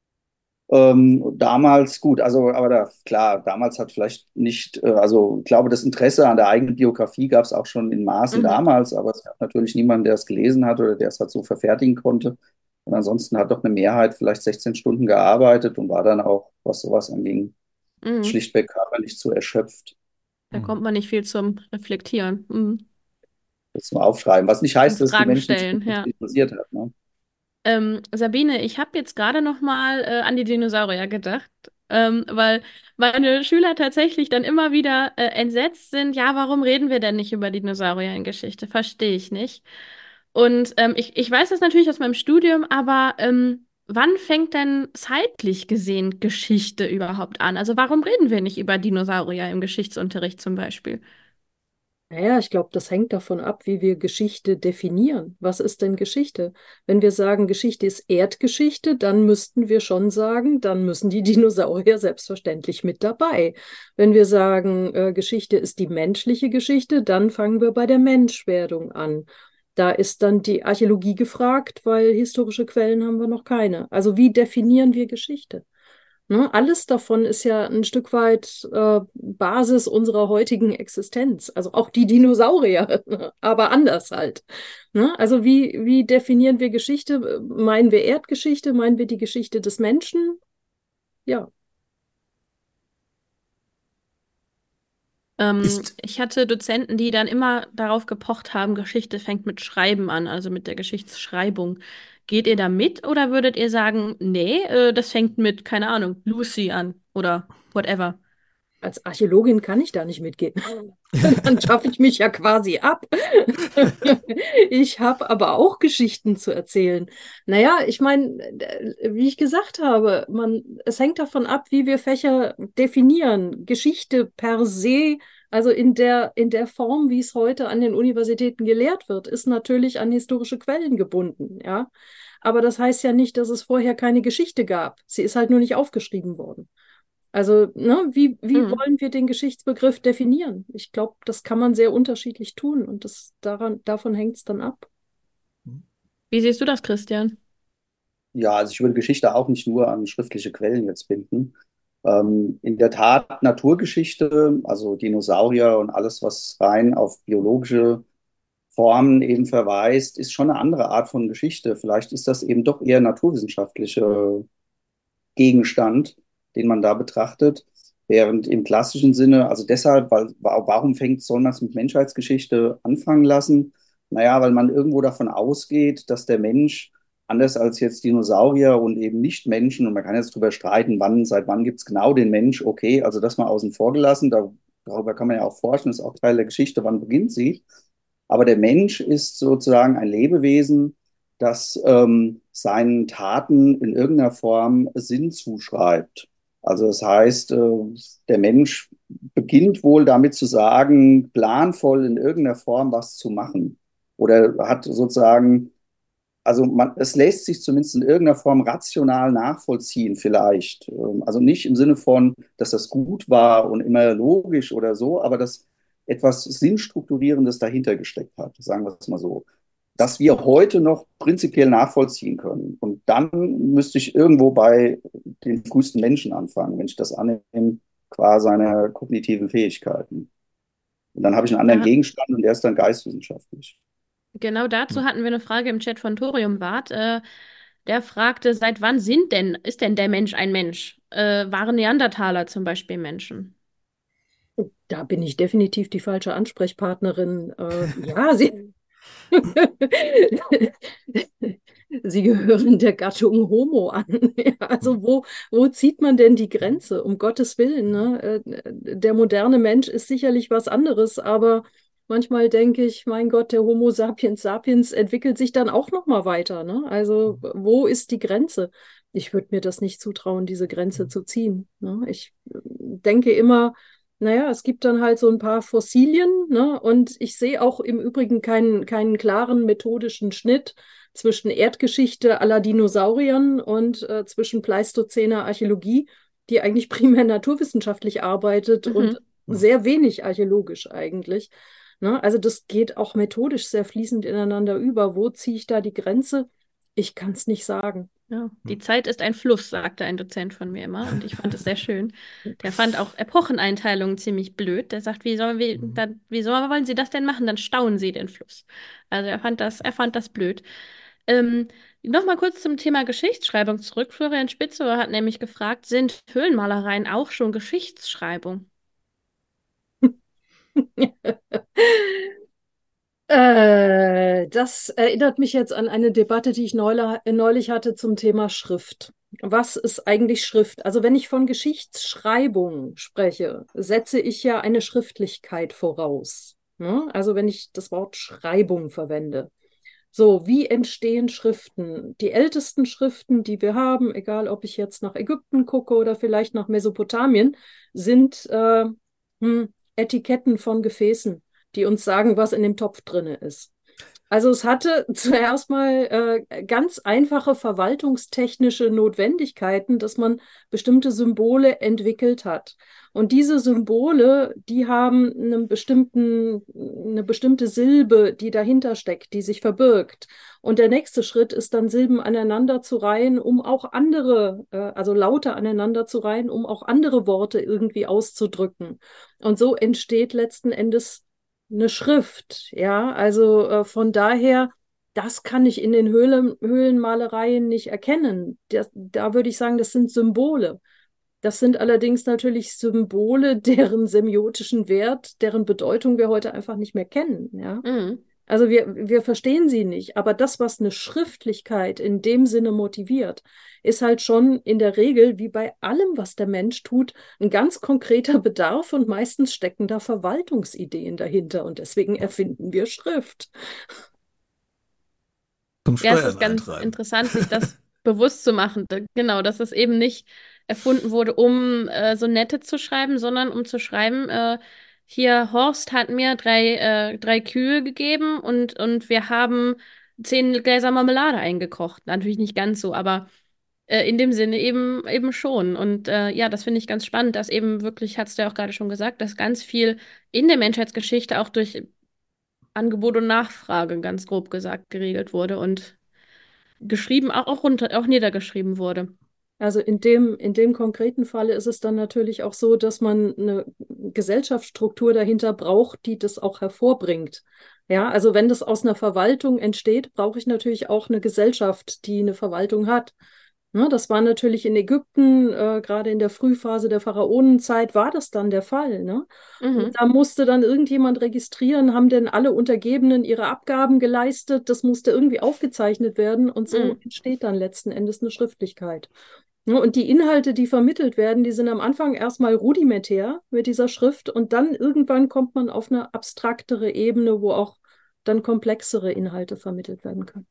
Damals, gut, also, aber da, klar, damals hat vielleicht nicht, also ich glaube, das Interesse an der eigenen Biografie gab es auch schon in Maßen Mhm. damals, aber es gab natürlich niemanden, der es gelesen hat oder der es halt so verfertigen konnte. Und ansonsten hat doch eine Mehrheit vielleicht 16 Stunden gearbeitet und war dann auch, was sowas anging, Mhm. schlichtweg körperlich zu erschöpft. Da kommt man nicht viel zum Reflektieren. Mhm. Das zum Aufschreiben. Was nicht Zum heißt, dass die Fragen Menschen nicht stellen, ja. interessiert hat. Ne? Sabine, ich habe jetzt gerade noch mal an die Dinosaurier gedacht, weil meine Schüler tatsächlich dann immer wieder entsetzt sind. Ja, warum reden wir denn nicht über Dinosaurier in Geschichte? Verstehe ich nicht. Und ich weiß das natürlich aus meinem Studium, aber wann fängt denn zeitlich gesehen Geschichte überhaupt an? Also warum reden wir nicht über Dinosaurier im Geschichtsunterricht zum Beispiel? Naja, ich glaube, das hängt davon ab, wie wir Geschichte definieren. Was ist denn Geschichte? Wenn wir sagen, Geschichte ist Erdgeschichte, dann müssten wir schon sagen, dann müssen die Dinosaurier selbstverständlich mit dabei. Wenn wir sagen, Geschichte ist die menschliche Geschichte, dann fangen wir bei der Menschwerdung an. Da ist dann die Archäologie gefragt, weil historische Quellen haben wir noch keine. Also wie definieren wir Geschichte? Ne? Alles davon ist ja ein Stück weit Basis unserer heutigen Existenz. Also auch die Dinosaurier, aber anders halt. Ne? Also wie definieren wir Geschichte? Meinen wir Erdgeschichte? Meinen wir die Geschichte des Menschen? Ja. Ist, Ich hatte Dozenten, die dann immer darauf gepocht haben, Geschichte fängt mit Schreiben an, also mit der Geschichtsschreibung. Geht ihr da mit oder würdet ihr sagen, nee, das fängt mit, keine Ahnung, Lucy an oder whatever? Als Archäologin kann ich da nicht mitgehen. Dann schaffe ich mich ja quasi ab. Ich habe aber auch Geschichten zu erzählen. Naja, ich meine, wie ich gesagt habe, es hängt davon ab, wie wir Fächer definieren. Geschichte per se, also in der Form, wie es heute an den Universitäten gelehrt wird, ist natürlich an historische Quellen gebunden, ja. Aber das heißt ja nicht, dass es vorher keine Geschichte gab. Sie ist halt nur nicht aufgeschrieben worden. Also, ne, wie Mhm. wollen wir den Geschichtsbegriff definieren? Ich glaube, das kann man sehr unterschiedlich tun und davon hängt es dann ab. Wie siehst du das, Christian? Ja, also ich würde Geschichte auch nicht nur an schriftliche Quellen jetzt binden. In der Tat Naturgeschichte, also Dinosaurier und alles, was rein auf biologische Formen eben verweist, ist schon eine andere Art von Geschichte. Vielleicht ist das eben doch eher naturwissenschaftliche Gegenstand, den man da betrachtet. Während im klassischen Sinne, also deshalb, warum soll man es mit Menschheitsgeschichte anfangen lassen? Naja, weil man irgendwo davon ausgeht, dass der Mensch, anders als jetzt Dinosaurier und eben Nicht-Menschen, und man kann jetzt drüber streiten, seit wann gibt es genau den Mensch, okay, also das mal außen vor gelassen, darüber kann man ja auch forschen, das ist auch Teil der Geschichte, wann beginnt sie. Aber der Mensch ist sozusagen ein Lebewesen, das seinen Taten in irgendeiner Form Sinn zuschreibt. Also das heißt, der Mensch beginnt wohl damit zu sagen, planvoll in irgendeiner Form was zu machen. Oder hat sozusagen, es lässt sich zumindest in irgendeiner Form rational nachvollziehen vielleicht. Also nicht im Sinne von, dass das gut war und immer logisch oder so, aber dass etwas Sinnstrukturierendes dahinter gesteckt hat, sagen wir es mal so, dass wir heute noch prinzipiell nachvollziehen können. Und dann müsste ich irgendwo bei den frühesten Menschen anfangen, wenn ich das annehme, qua seiner kognitiven Fähigkeiten. Und dann habe ich einen anderen Da, Gegenstand und der ist dann geistwissenschaftlich. genau dazu hatten wir eine Frage im Chat von Thoriumbart. Der fragte, seit wann ist denn der Mensch ein Mensch? Waren Neandertaler zum Beispiel Menschen? Da bin ich definitiv die falsche Ansprechpartnerin. Ja, Sie gehören der Gattung Homo an. Ja, also wo zieht man denn die Grenze? Um Gottes Willen, ne? Der moderne Mensch ist sicherlich was anderes, aber manchmal denke ich, mein Gott, der Homo sapiens sapiens entwickelt sich dann auch noch mal weiter, ne? Also wo ist die Grenze? Ich würde mir das nicht zutrauen, diese Grenze zu ziehen, ne? Ich denke immer, naja, es gibt dann halt so ein paar Fossilien, ne? Und ich sehe auch im Übrigen keinen klaren methodischen Schnitt zwischen Erdgeschichte aller Dinosauriern und zwischen Pleistozäner Archäologie, die eigentlich primär naturwissenschaftlich arbeitet und Mhm. sehr wenig archäologisch eigentlich. Ne? Also das geht auch methodisch sehr fließend ineinander über. Wo ziehe ich da die Grenze? Ich kann es nicht sagen. Ja, die Zeit ist ein Fluss, sagte ein Dozent von mir immer, und ich fand es sehr schön. Der fand auch Epocheneinteilungen ziemlich blöd. Der sagt, wollen Sie das denn machen? Dann stauen Sie den Fluss. Also er fand das blöd. Ähm, Nochmal kurz zum Thema Geschichtsschreibung zurück. Florian Spitzer hat nämlich gefragt, sind Höhlenmalereien auch schon Geschichtsschreibung? Das erinnert mich jetzt an eine Debatte, die ich neulich hatte zum Thema Schrift. Was ist eigentlich Schrift? Also wenn ich von Geschichtsschreibung spreche, setze ich ja eine Schriftlichkeit voraus. Ne? Also wenn ich das Wort Schreibung verwende. So, wie entstehen Schriften? Die ältesten Schriften, die wir haben, egal ob ich jetzt nach Ägypten gucke oder vielleicht nach Mesopotamien, sind Etiketten von Gefäßen, die uns sagen, was in dem Topf drinne ist. Also es hatte zuerst mal ganz einfache verwaltungstechnische Notwendigkeiten, dass man bestimmte Symbole entwickelt hat. Und diese Symbole, die haben eine bestimmte Silbe, die dahinter steckt, die sich verbirgt. Und der nächste Schritt ist dann Silben aneinander zu reihen, um auch also Laute aneinander zu reihen, um auch andere Worte irgendwie auszudrücken. Und so entsteht letzten Endes eine Schrift, ja, also von daher, das kann ich in den Höhlenmalereien nicht erkennen. Da würde ich sagen, das sind Symbole. Das sind allerdings natürlich Symbole, deren semiotischen Wert, deren Bedeutung wir heute einfach nicht mehr kennen, ja. Mhm. Also wir verstehen sie nicht, aber das, was eine Schriftlichkeit in dem Sinne motiviert, ist halt schon in der Regel, wie bei allem, was der Mensch tut, ein ganz konkreter Bedarf und meistens stecken da Verwaltungsideen dahinter und deswegen erfinden wir Schrift. Zum Ja, es Steuern ist ganz eintreiben. interessant, sich das bewusst zu machen. Genau, dass es eben nicht erfunden wurde, um Sonette zu schreiben, sondern um zu schreiben, hier Horst hat mir drei Kühe gegeben und wir haben 10 Gläser Marmelade eingekocht. Natürlich nicht ganz so, aber in dem Sinne eben schon. Und ja, das finde ich ganz spannend, dass eben wirklich, hast du ja auch gerade schon gesagt, dass ganz viel in der Menschheitsgeschichte auch durch Angebot und Nachfrage, ganz grob gesagt, geregelt wurde und geschrieben, auch niedergeschrieben wurde. Also in dem konkreten Falle ist es dann natürlich auch so, dass man eine Gesellschaftsstruktur dahinter braucht, die das auch hervorbringt. Ja, also wenn das aus einer Verwaltung entsteht, brauche ich natürlich auch eine Gesellschaft, die eine Verwaltung hat. Ne, das war natürlich in Ägypten, gerade in der Frühphase der Pharaonenzeit, war das dann der Fall. Ne? Und Mhm. da musste dann irgendjemand registrieren, haben denn alle Untergebenen ihre Abgaben geleistet? Das musste irgendwie aufgezeichnet werden und so Mhm. entsteht dann letzten Endes eine Schriftlichkeit. Ne, und die Inhalte, die vermittelt werden, die sind am Anfang erstmal rudimentär mit dieser Schrift und dann irgendwann kommt man auf eine abstraktere Ebene, wo auch dann komplexere Inhalte vermittelt werden können.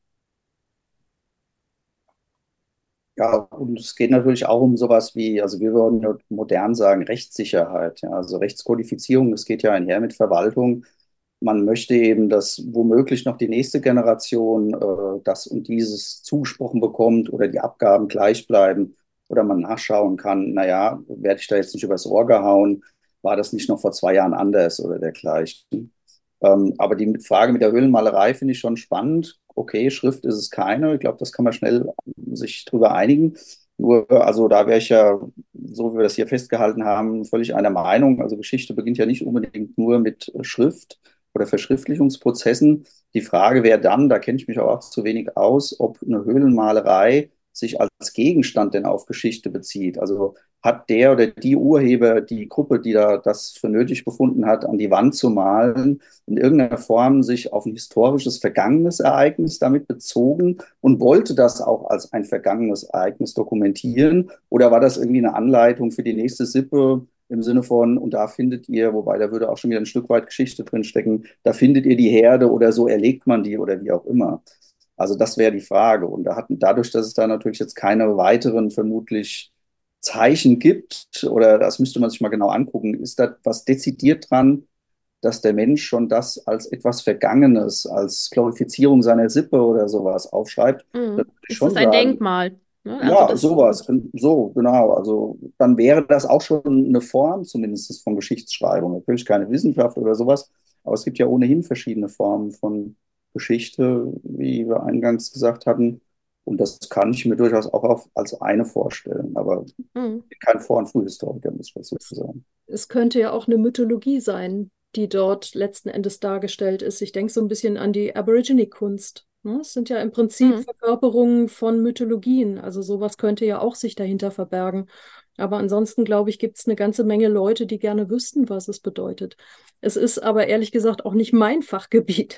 Ja, und es geht natürlich auch um sowas wie, also wir würden ja modern sagen, Rechtssicherheit, ja, also Rechtskodifizierung, das geht ja einher mit Verwaltung. Man möchte eben, dass womöglich noch die nächste Generation das und dieses zugesprochen bekommt oder die Abgaben gleich bleiben oder man nachschauen kann, naja, werde ich da jetzt nicht übers Ohr gehauen, war das nicht noch vor 2 Jahren anders oder dergleichen. Aber die Frage mit der Höhlenmalerei finde ich schon spannend. Okay, Schrift ist es keine. Ich glaube, das kann man schnell sich drüber einigen. Nur, also da wäre ich ja, so wie wir das hier festgehalten haben, völlig einer Meinung. Also Geschichte beginnt ja nicht unbedingt nur mit Schrift oder Verschriftlichungsprozessen. Die Frage wäre dann, da kenne ich mich auch zu wenig aus, ob eine Höhlenmalerei sich als Gegenstand denn auf Geschichte bezieht. Also hat der oder die Urheber, die Gruppe, die da das für nötig befunden hat, an die Wand zu malen, in irgendeiner Form sich auf ein historisches vergangenes Ereignis damit bezogen und wollte das auch als ein vergangenes Ereignis dokumentieren? Oder war das irgendwie eine Anleitung für die nächste Sippe im Sinne von, und da findet ihr, wobei da würde auch schon wieder ein Stück weit Geschichte drinstecken, da findet ihr die Herde oder so erlegt man die oder wie auch immer. Also das wäre die Frage. Und dadurch, dass es da natürlich jetzt keine weiteren vermutlich Zeichen gibt, oder das müsste man sich mal genau angucken, ist da was dezidiert dran, dass der Mensch schon das als etwas Vergangenes, als Glorifizierung seiner Sippe oder sowas aufschreibt, dann Mhm. würde ich Es ist schon ein sagen, Denkmal, ne? Also ja, das, sowas, so, genau. Also dann wäre das auch schon eine Form zumindest von Geschichtsschreibung. Natürlich keine Wissenschaft oder sowas, aber es gibt ja ohnehin verschiedene Formen von Geschichte, wie wir eingangs gesagt hatten. Und das kann ich mir durchaus auch als eine vorstellen. Aber ich mhm. bin kein Vor- und Frühhistoriker, muss ich dazu Es, sagen. es könnte ja auch eine Mythologie sein, die dort letzten Endes dargestellt ist. Ich denke so ein bisschen an die Aborigine-Kunst. Ne? Es sind ja im Prinzip Mhm. Verkörperungen von Mythologien. Also sowas könnte ja auch sich dahinter verbergen. Aber ansonsten, glaube ich, gibt es eine ganze Menge Leute, die gerne wüssten, was es bedeutet. Es ist aber ehrlich gesagt auch nicht mein Fachgebiet.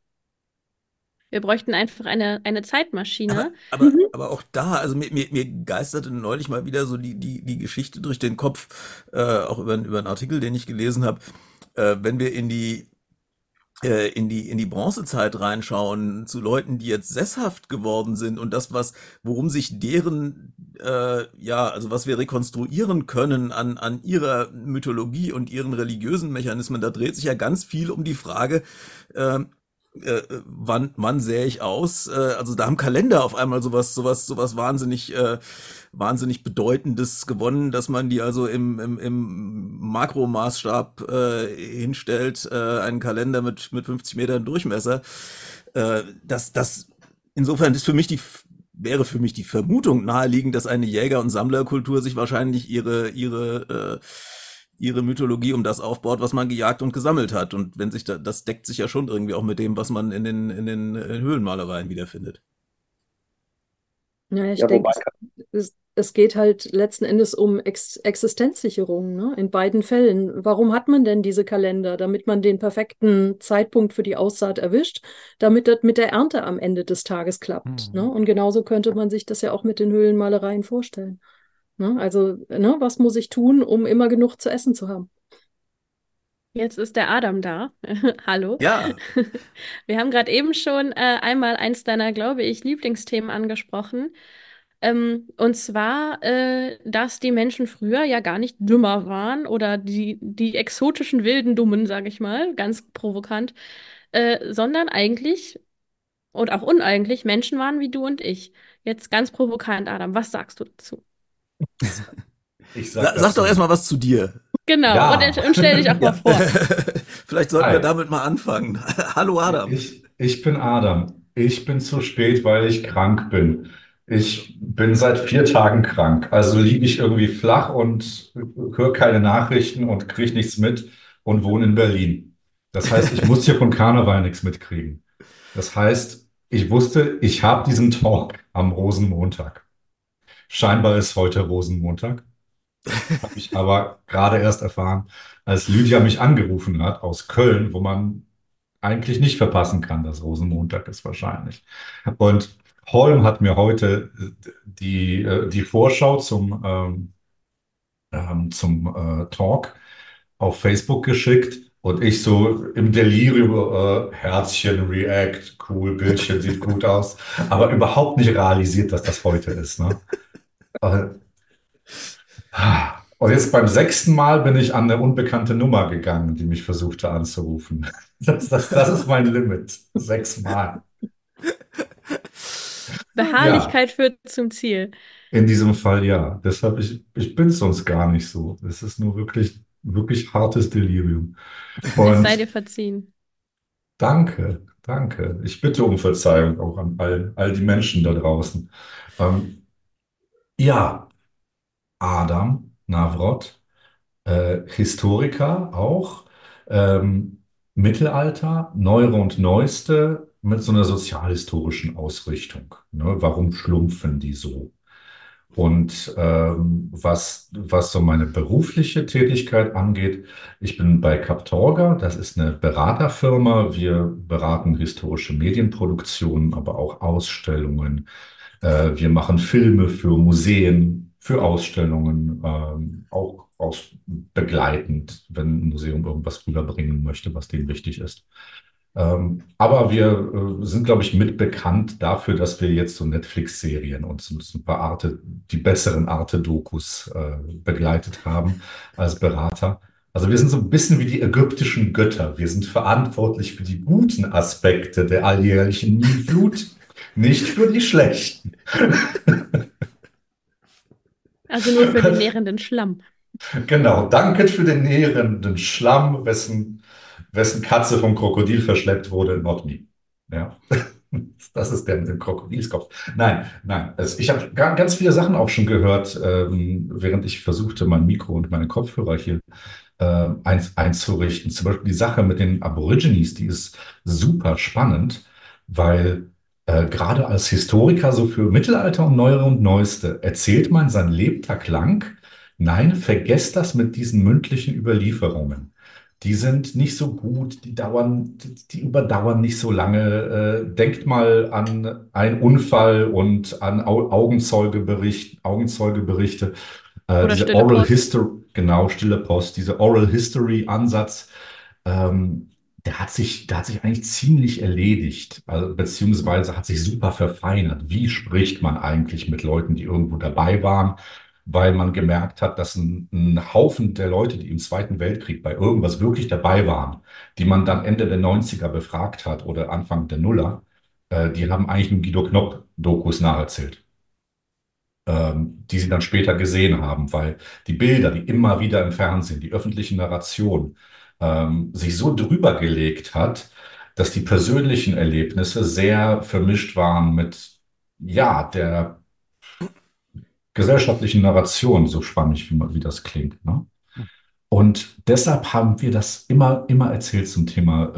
Wir bräuchten einfach eine Aber, Zeitmaschine. aber, Mhm. aber auch da, also mir geisterte neulich mal wieder so die Geschichte durch den Kopf, auch über einen Artikel, den ich gelesen habe. Wenn wir in die Bronzezeit reinschauen, zu Leuten, die jetzt sesshaft geworden sind und das, worum sich deren, ja, also was wir rekonstruieren können an ihrer Mythologie und ihren religiösen Mechanismen, da dreht sich ja ganz viel um die Frage, äh, wann sähe ich aus? Also da haben Kalender auf einmal sowas wahnsinnig Bedeutendes gewonnen, dass man die also im Makromaßstab hinstellt, einen Kalender mit 50 Metern Durchmesser. Das insofern ist wäre für mich die Vermutung naheliegend, dass eine Jäger- und Sammlerkultur sich wahrscheinlich ihre Mythologie um das aufbaut, was man gejagt und gesammelt hat. Und wenn sich das deckt sich ja schon irgendwie auch mit dem, was man in den Höhlenmalereien wiederfindet. Ja, ich Ja, denke, wobei, es geht halt letzten Endes um Existenzsicherung, ne? In beiden Fällen. Warum hat man denn diese Kalender? Damit man den perfekten Zeitpunkt für die Aussaat erwischt, damit das mit der Ernte am Ende des Tages klappt, ne? Mhm. Und genauso könnte man sich das ja auch mit den Höhlenmalereien vorstellen. Ne? Also, ne, was muss ich tun, um immer genug zu essen zu haben? Jetzt ist der Adam da. Hallo. Ja, Wir haben gerade eben schon einmal eins deiner, glaube ich, Lieblingsthemen angesprochen. Und zwar, dass die Menschen früher ja gar nicht dümmer waren oder die exotischen wilden Dummen, sage ich mal, ganz provokant, sondern eigentlich und auch uneigentlich Menschen waren wie du und ich. Jetzt ganz provokant, Adam, was sagst du dazu? Ich sag sag doch dazu, erstmal was zu dir. Genau, ja. und stell dich auch mal Ja, vor. vielleicht sollten wir Hi, damit mal anfangen. Hallo Adam. ich bin Adam. Ich bin zu spät, weil ich krank bin. Ich bin seit 4 Tagen krank. Also liege ich irgendwie flach und höre keine Nachrichten und kriege nichts mit und wohne in Berlin. Das heißt, ich muss hier von Karneval nichts mitkriegen. Das heißt, ich wusste, ich habe diesen Talk am Rosenmontag. Scheinbar ist heute Rosenmontag. Habe ich aber gerade erst erfahren, als Lydia mich angerufen hat aus Köln, wo man eigentlich nicht verpassen kann, dass Rosenmontag ist wahrscheinlich. Und Holm hat mir heute die Vorschau zum Talk auf Facebook geschickt und ich so im Delirium, Herzchen, React, cool, Bildchen sieht gut aus, aber überhaupt nicht realisiert, dass das heute ist, ne? Äh, Und jetzt beim sechsten Mal bin ich an eine unbekannte Nummer gegangen, die mich versuchte anzurufen. Das ist mein Limit. 6 Mal. Ja, Beharrlichkeit führt zum Ziel. in diesem Fall ja. Deshalb, ich bin sonst gar nicht so. Es ist nur wirklich, wirklich hartes Delirium. Es sei dir Und verziehen. danke, danke. Ich bitte um Verzeihung auch an all die Menschen da draußen. Ähm, ja, Adam Navrat. Historiker auch, Mittelalter, Neuere und Neueste mit so einer sozialhistorischen Ausrichtung. Ne? Warum schlumpfen die so? Und was so meine berufliche Tätigkeit angeht, ich bin bei Captorga, das ist eine Beraterfirma. Wir beraten historische Medienproduktionen, aber auch Ausstellungen. Wir machen Filme für Museen, für Ausstellungen, auch begleitend, wenn ein Museum irgendwas rüberbringen möchte, was dem wichtig ist. Aber wir sind, glaube ich, mit bekannt dafür, dass wir jetzt so Netflix-Serien und so ein paar die besseren Arte-Dokus begleitet haben als Berater. Also wir sind so ein bisschen wie die ägyptischen Götter. Wir sind verantwortlich für die guten Aspekte der alljährlichen Nilflut, nicht für die schlechten. Also nur für den nährenden Schlamm. Genau, danke für den nährenden Schlamm, wessen Katze vom Krokodil verschleppt wurde, not me. Ja, das ist der mit dem Krokodilskopf. Nein, nein. Ich habe ganz viele Sachen auch schon gehört, während ich versuchte, mein Mikro und meine Kopfhörer hier einzurichten. Zum Beispiel die Sache mit den Aborigines, die ist super spannend, weil gerade als Historiker so für Mittelalter und Neuere und Neueste erzählt man sein Lebtag lang. Nein, vergesst das mit diesen mündlichen Überlieferungen. Die sind nicht so gut, die überdauern nicht so lange. Denkt mal an einen Unfall und an Augenzeugeberichte. Oder Diese stille Oral Post. History, genau, stille Post, dieser Oral History Ansatz, ähm, der hat sich eigentlich ziemlich erledigt, also, beziehungsweise hat sich super verfeinert. Wie spricht man eigentlich mit Leuten, die irgendwo dabei waren? Weil man gemerkt hat, dass ein Haufen der Leute, die im Zweiten Weltkrieg bei irgendwas wirklich dabei waren, die man dann Ende der 90er befragt hat oder Anfang der Nuller, die haben eigentlich nur Guido Knopp-Dokus nacherzählt, die sie dann später gesehen haben, weil die Bilder, die immer wieder im Fernsehen, die öffentliche Narration, sich so drüber gelegt hat, dass die persönlichen Erlebnisse sehr vermischt waren mit, ja, der gesellschaftlichen Narration, so schwammig wie das klingt, ne? Und deshalb haben wir das immer erzählt zum Thema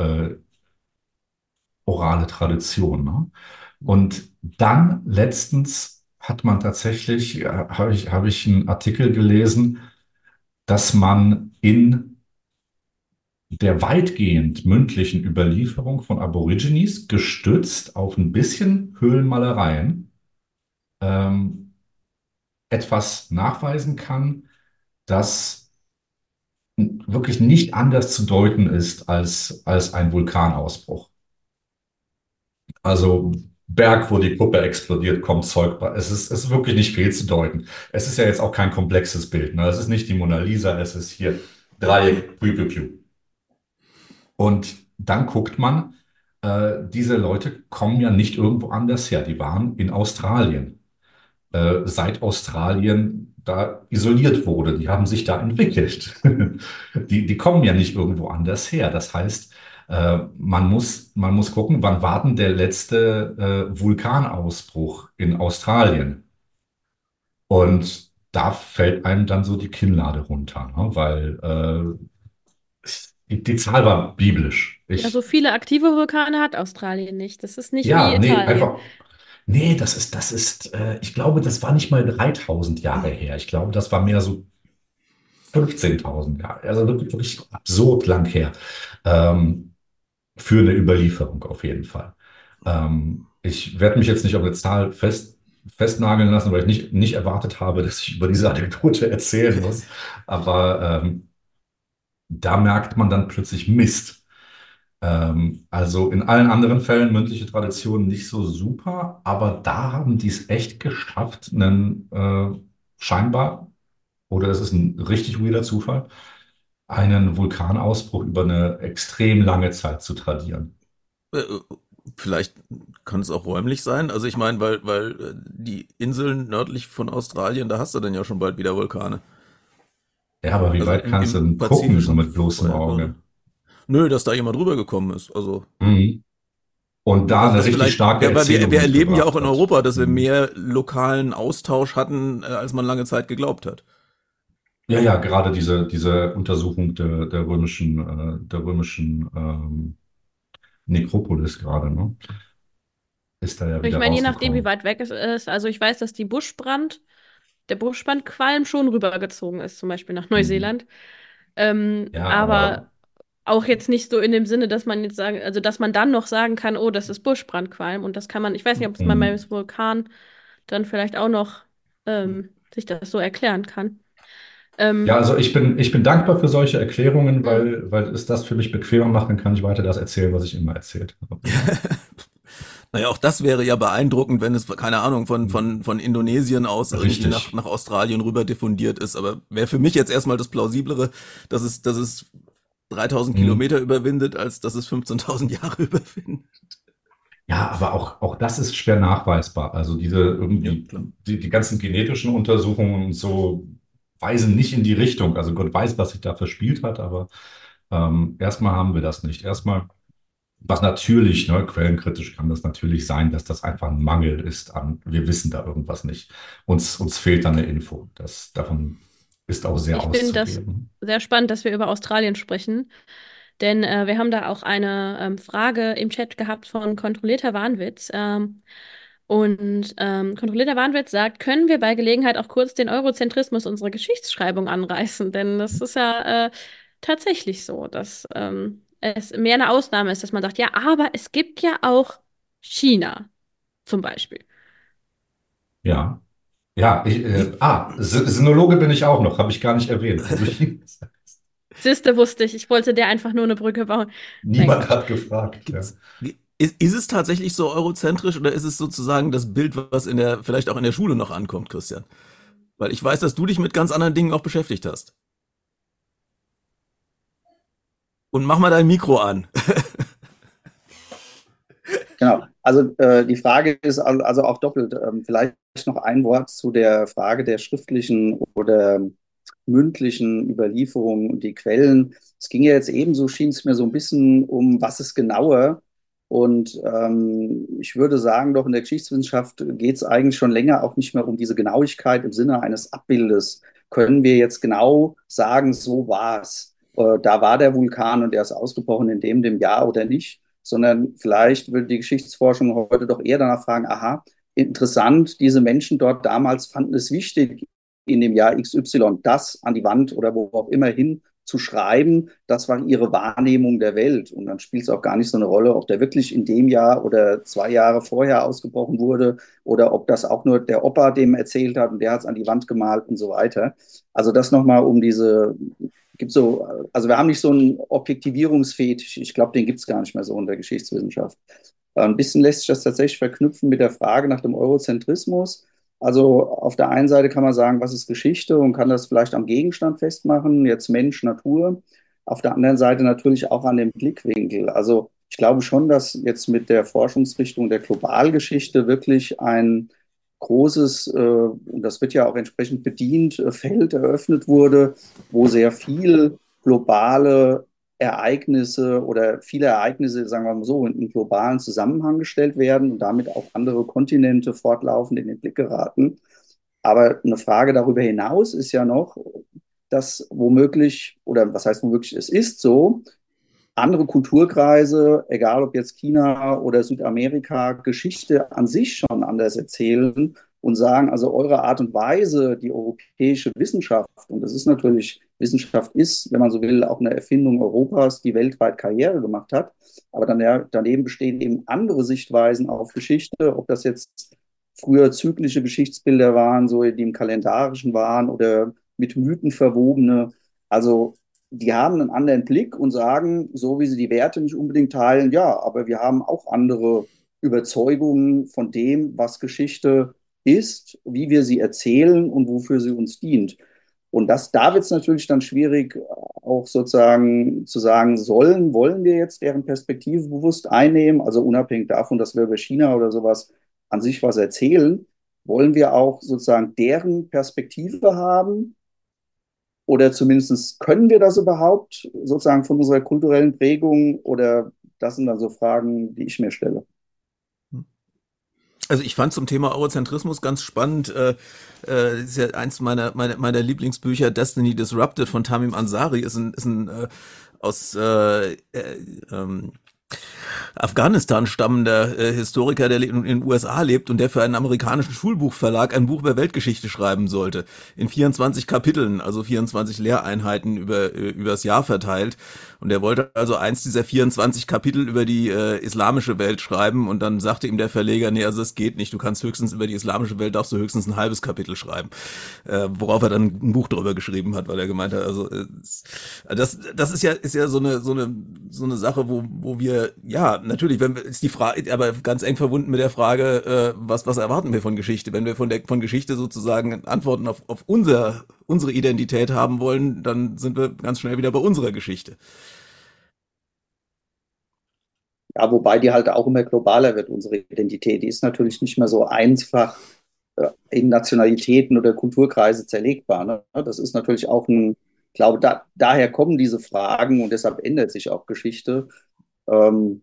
orale Tradition, ne? Und dann letztens hat man tatsächlich, habe ich einen Artikel gelesen, dass man in der weitgehend mündlichen Überlieferung von Aborigines, gestützt auf ein bisschen Höhlenmalereien, ähm, etwas nachweisen kann, das wirklich nicht anders zu deuten ist als ein Vulkanausbruch. Also Berg, wo die Kuppe explodiert, kommt Zeug bei. Es ist wirklich nicht viel zu deuten. Es ist ja jetzt auch kein komplexes Bild. Ne? Es ist nicht die Mona Lisa, es ist hier Dreieck, piu, piu, piu. Und dann guckt man, diese Leute kommen ja nicht irgendwo anders her. Die waren in Australien. Seit Australien da isoliert wurde. Die haben sich da entwickelt. Die kommen ja nicht irgendwo anders her. Das heißt, man muss gucken, wann war denn der letzte Vulkanausbruch in Australien? Und da fällt einem dann so die Kinnlade runter, ne? Weil die Zahl war biblisch. Ja, so viele aktive Vulkane hat Australien nicht. Das ist nicht wie Ja, nee, Italien. einfach. Nee, ich glaube, das war nicht mal 3000 Jahre her. Ich glaube, das war mehr so 15.000 Jahre. Also wirklich, wirklich absurd lang her. Ähm, für eine Überlieferung auf jeden Fall. Ich werde mich jetzt nicht auf eine Zahl festnageln lassen, weil ich nicht erwartet habe, dass ich über diese Anekdote erzählen muss. Aber da merkt man dann plötzlich Mist. Also in allen anderen Fällen mündliche Tradition nicht so super, aber da haben die es echt geschafft, einen scheinbar, oder es ist ein richtig weirder Zufall, einen Vulkanausbruch über eine extrem lange Zeit zu tradieren. Äh, Vielleicht kann es auch räumlich sein. Also ich meine, weil die Inseln nördlich von Australien, da hast du dann ja schon bald wieder Vulkane. Ja, aber wie Also weit kannst du im denn gucken, so pazifischen mit bloßem Feuerquelle. Auge? Nö, dass da jemand rübergekommen ist. Also, Mhm. Und da also eine das richtig vielleicht, starke ja, weil Erzählung wir erleben ja auch mitgebracht in hat. Europa, dass wir Mhm. mehr lokalen Austausch hatten, als man lange Zeit geglaubt hat. Ja, ja, gerade diese Untersuchung der römischen Nekropolis gerade, ne? Ist da ja Ich wieder meine, je nachdem, wie rausgekommen. weit weg es ist. Also ich weiß, dass der Buschbrandqualm schon rübergezogen ist, zum Beispiel nach Mhm. Neuseeland. Ja, Aber aber auch jetzt nicht so in dem Sinne, dass man jetzt sagen, also dass man dann noch sagen kann, oh, das ist Buschbrandqualm. Und das kann man, ich weiß nicht, ob es man beim mhm. Vulkan dann vielleicht auch noch sich das so erklären kann. Ja, Ähm, also ich bin dankbar für solche Erklärungen, hm. weil es das für mich bequemer macht, dann kann ich weiter das erzählen, was ich immer erzählt habe. Naja, auch das wäre ja beeindruckend, wenn es, keine Ahnung, Mhm. von Indonesien aus irgendwie Richtig. nach Australien rüber diffundiert ist. Aber wäre für mich jetzt erstmal das Plausiblere, dass es 3000 Mhm. Kilometer überwindet, als dass es 15.000 Jahre überwindet. Ja, aber auch das ist schwer nachweisbar. Also diese Ja, irgendwie, klar. die ganzen genetischen Untersuchungen und so weisen nicht in die Richtung. Also Gott weiß, was sich da verspielt hat, aber erstmal haben wir das nicht. Erstmal, was natürlich, ne, quellenkritisch kann das natürlich sein, dass das einfach ein Mangel ist an, wir wissen da irgendwas nicht. Uns fehlt dann eine Info. Davon ist auch sehr Ich finde das auszugehen. sehr spannend, dass wir über Australien sprechen, denn wir haben da auch eine Frage im Chat gehabt von kontrollierter Wahnwitz. Kontrollierter Wahnwitz sagt, können wir bei Gelegenheit auch kurz den Eurozentrismus unserer Geschichtsschreibung anreißen? Denn das ist ja tatsächlich so, dass es mehr eine Ausnahme ist, dass man sagt, ja, aber es gibt ja auch China zum Beispiel. Ja. Ja, Wie, Sinologe bin ich auch noch, habe ich gar nicht erwähnt. Wo du Siehste, wusste ich. Ich wollte dir einfach nur eine Brücke bauen. Nein, Niemand Quatsch. hat gefragt, ja. ist es tatsächlich so eurozentrisch oder ist es sozusagen das Bild, was vielleicht auch in der Schule noch ankommt, Christian? Weil ich weiß, dass du dich mit ganz anderen Dingen auch beschäftigt hast. Und mach mal dein Mikro an. Genau. Also die Frage ist also auch doppelt. Vielleicht noch ein Wort zu der Frage der schriftlichen oder mündlichen Überlieferung und die Quellen. Es ging ja jetzt ebenso, schien es mir so ein bisschen um, was ist genauer. Und ich würde sagen, doch in der Geschichtswissenschaft geht es eigentlich schon länger auch nicht mehr um diese Genauigkeit im Sinne eines Abbildes. Können wir jetzt genau sagen, so war es? Da war der Vulkan und der ist ausgebrochen in dem Jahr oder nicht? Sondern vielleicht würde die Geschichtsforschung heute doch eher danach fragen, aha, interessant, diese Menschen dort damals fanden es wichtig, in dem Jahr XY das an die Wand oder wo auch immer hin zu schreiben, das war ihre Wahrnehmung der Welt. Und dann spielt es auch gar nicht so eine Rolle, ob der wirklich in dem Jahr oder 2 Jahre vorher ausgebrochen wurde oder ob das auch nur der Opa dem erzählt hat und der hat es an die Wand gemalt und so weiter. Also das nochmal um diese, gibt so, also wir haben nicht so einen Objektivierungsfetisch, ich glaube, den gibt es gar nicht mehr so in der Geschichtswissenschaft. Ein bisschen lässt sich das tatsächlich verknüpfen mit der Frage nach dem Eurozentrismus. Also auf der einen Seite kann man sagen, was ist Geschichte und kann das vielleicht am Gegenstand festmachen, jetzt Mensch, Natur. Auf der anderen Seite natürlich auch an dem Blickwinkel. Also ich glaube schon, dass jetzt mit der Forschungsrichtung der Globalgeschichte wirklich ein großes, und das wird ja auch entsprechend bedient, Feld eröffnet wurde, wo sehr viel globale Ereignisse oder viele Ereignisse, sagen wir mal so, in einen globalen Zusammenhang gestellt werden und damit auch andere Kontinente fortlaufend in den Blick geraten. Aber eine Frage darüber hinaus ist ja noch, dass womöglich, oder was heißt womöglich, es ist so, andere Kulturkreise, egal ob jetzt China oder Südamerika, Geschichte an sich schon anders erzählen und sagen, also eure Art und Weise, die europäische Wissenschaft, und das ist natürlich, Wissenschaft ist, wenn man so will, auch eine Erfindung Europas, die weltweit Karriere gemacht hat, aber dann, ja, daneben bestehen eben andere Sichtweisen auf Geschichte, ob das jetzt früher zyklische Geschichtsbilder waren, so die im Kalendarischen waren oder mit Mythen verwobene. Also die haben einen anderen Blick und sagen, so wie sie die Werte nicht unbedingt teilen, ja, aber wir haben auch andere Überzeugungen von dem, was Geschichte ist, wie wir sie erzählen und wofür sie uns dient. Und da wird es natürlich dann schwierig, auch sozusagen zu sagen, wollen wir jetzt deren Perspektive bewusst einnehmen, also unabhängig davon, dass wir über China oder sowas an sich was erzählen, wollen wir auch sozusagen deren Perspektive haben oder zumindest können wir das überhaupt sozusagen von unserer kulturellen Prägung oder das sind dann so Fragen, die ich mir stelle. Also ich fand zum Thema Eurozentrismus ganz spannend, ist ja eins meiner Lieblingsbücher, Destiny Disrupted von Tamim Ansari, ist ein aus Afghanistan stammender Historiker, der in den USA lebt und der für einen amerikanischen Schulbuchverlag ein Buch über Weltgeschichte schreiben sollte. In 24 Kapiteln, also 24 Lehreinheiten übers Jahr verteilt. Und er wollte also eins dieser 24 Kapitel über die islamische Welt schreiben und dann sagte ihm der Verleger, nee, also das geht nicht, du kannst höchstens über die islamische Welt, darfst du höchstens ein halbes Kapitel schreiben. Worauf er dann ein Buch darüber geschrieben hat, weil er gemeint hat, also das ist ja so eine Sache, wo wir, ja, natürlich, wenn wir, ist die Frage, aber ganz eng verbunden mit der Frage, was erwarten wir von Geschichte? Wenn wir von Geschichte sozusagen Antworten auf unsere Identität haben wollen, dann sind wir ganz schnell wieder bei unserer Geschichte. Ja, wobei die halt auch immer globaler wird, unsere Identität. Die ist natürlich nicht mehr so einfach in Nationalitäten oder Kulturkreise zerlegbar. Ne? Das ist natürlich auch ich glaube, daher kommen diese Fragen und deshalb ändert sich auch Geschichte. Ähm,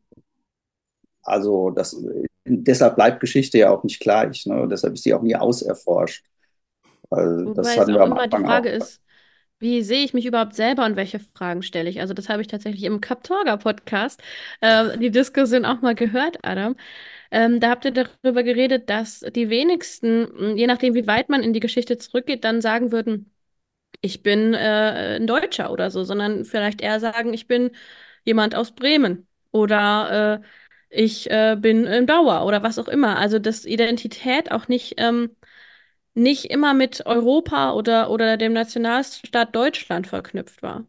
also deshalb bleibt Geschichte ja auch nicht gleich. Ne? Deshalb ist sie auch nie auserforscht. Das Wobei es hatten auch wir am immer die Anfang auch. Frage ist, wie sehe ich mich überhaupt selber und welche Fragen stelle ich? Also das habe ich tatsächlich im Kaptorga-Podcast, die Diskussion auch mal gehört, Adam. Da habt ihr darüber geredet, dass die wenigsten, je nachdem, wie weit man in die Geschichte zurückgeht, dann sagen würden, ich bin ein Deutscher oder so, sondern vielleicht eher sagen, ich bin jemand aus Bremen oder ich bin ein Bauer oder was auch immer. Also dass Identität auch nicht immer mit Europa oder dem Nationalstaat Deutschland verknüpft war.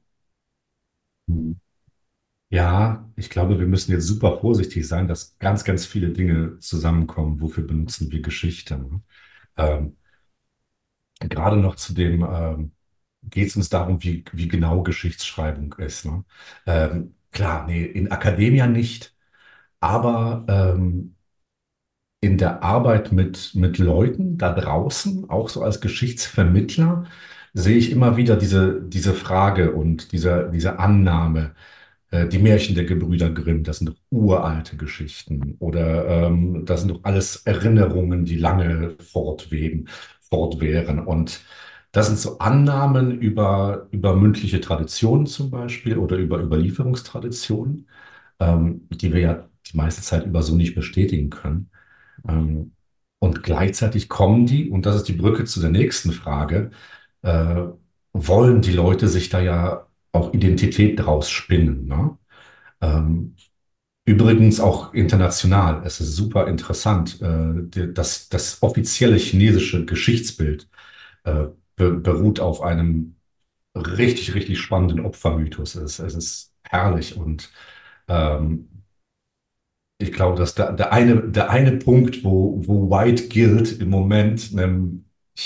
Hm. Ja, ich glaube, wir müssen jetzt super vorsichtig sein, dass ganz, ganz viele Dinge zusammenkommen. Wofür benutzen wir Geschichte? Ne? Ähm, Gerade noch zu dem, geht es uns darum, wie genau Geschichtsschreibung ist. Ne? Klar, nee, in Akademia nicht, aber in der Arbeit mit Leuten da draußen, auch so als Geschichtsvermittler, sehe ich immer wieder diese Frage und diese Annahme. Die Märchen der Gebrüder Grimm, das sind doch uralte Geschichten oder das sind doch alles Erinnerungen, die lange fortwähren. Und das sind so Annahmen über mündliche Traditionen zum Beispiel oder über Überlieferungstraditionen, die wir ja die meiste Zeit über so nicht bestätigen können. Ähm, und gleichzeitig kommen die, und das ist die Brücke zu der nächsten Frage, äh, wollen die Leute sich da ja auch Identität draus spinnen, ne? Ähm, Übrigens auch international. Es ist super interessant. Das offizielle chinesische Geschichtsbild beruht auf einem richtig, richtig spannenden Opfermythos. Es ist herrlich und ähm, ich glaube, dass der eine Punkt, wo White Guilt im Moment einem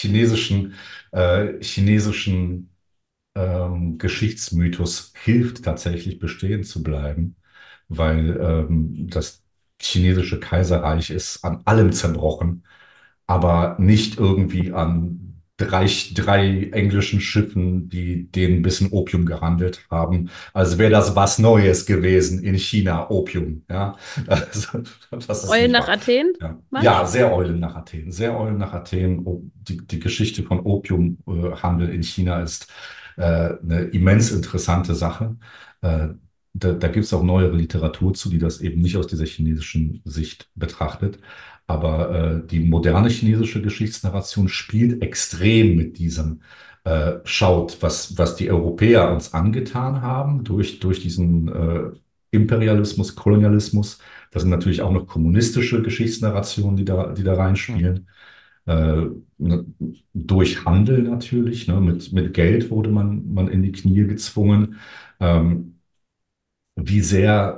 chinesischen Geschichtsmythos hilft, tatsächlich bestehen zu bleiben, weil das chinesische Kaiserreich ist an allem zerbrochen, aber nicht irgendwie an drei englischen Schiffen, die denen ein bisschen Opium gehandelt haben. Also wäre das was Neues gewesen in China, Opium. Ja, also, das ist Eulen nicht nach wahr. Athen, Ja, was? ja, sehr Eulen nach Athen. Sehr Eulen nach Athen. Die Geschichte von Opiumhandel in China ist eine immens interessante Sache. da gibt es auch neuere Literatur zu, die das eben nicht aus dieser chinesischen Sicht betrachtet. Aber die moderne chinesische Geschichtsnarration spielt extrem mit diesem, schaut, was die Europäer uns angetan haben durch diesen Imperialismus, Kolonialismus. Das sind natürlich auch noch kommunistische Geschichtsnarrationen, die da reinspielen. Ne, durch Handel natürlich, ne, mit Geld wurde man in die Knie gezwungen. Ähm, wie sehr,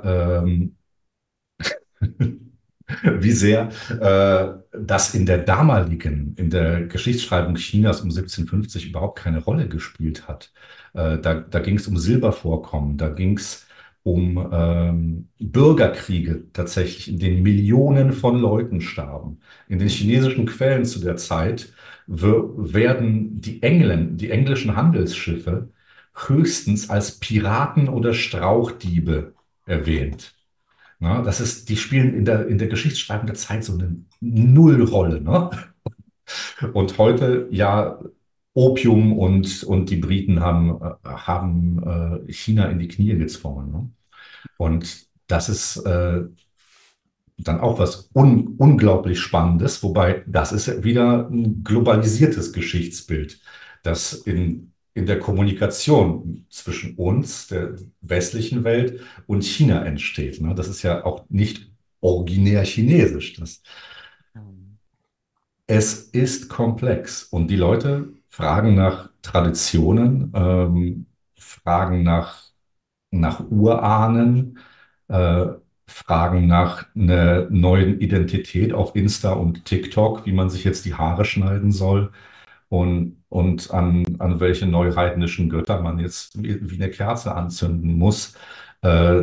wie sehr das in der Geschichtsschreibung Chinas um 1750 überhaupt keine Rolle gespielt hat. Da ging es um Silbervorkommen, da ging es um Bürgerkriege tatsächlich, in denen Millionen von Leuten starben. In den chinesischen Quellen zu der Zeit werden die englischen Handelsschiffe höchstens als Piraten oder Strauchdiebe erwähnt. Na, die spielen in der Geschichtsschreibung der Zeit so eine Nullrolle. Ne? Und heute, ja, Opium und die Briten haben China in die Knie gezwungen. Ne? Und das ist dann auch was unglaublich Spannendes, wobei das ist wieder ein globalisiertes Geschichtsbild, das in der Kommunikation zwischen uns, der westlichen Welt und China entsteht. Ne? Das ist ja auch nicht originär chinesisch. Es ist komplex und die Leute fragen nach Traditionen, fragen nach Urahnen, äh, fragen nach einer neuen Identität auf Insta und TikTok, wie man sich jetzt die Haare schneiden soll und an welche neuheidnischen Götter man jetzt wie eine Kerze anzünden muss. Äh,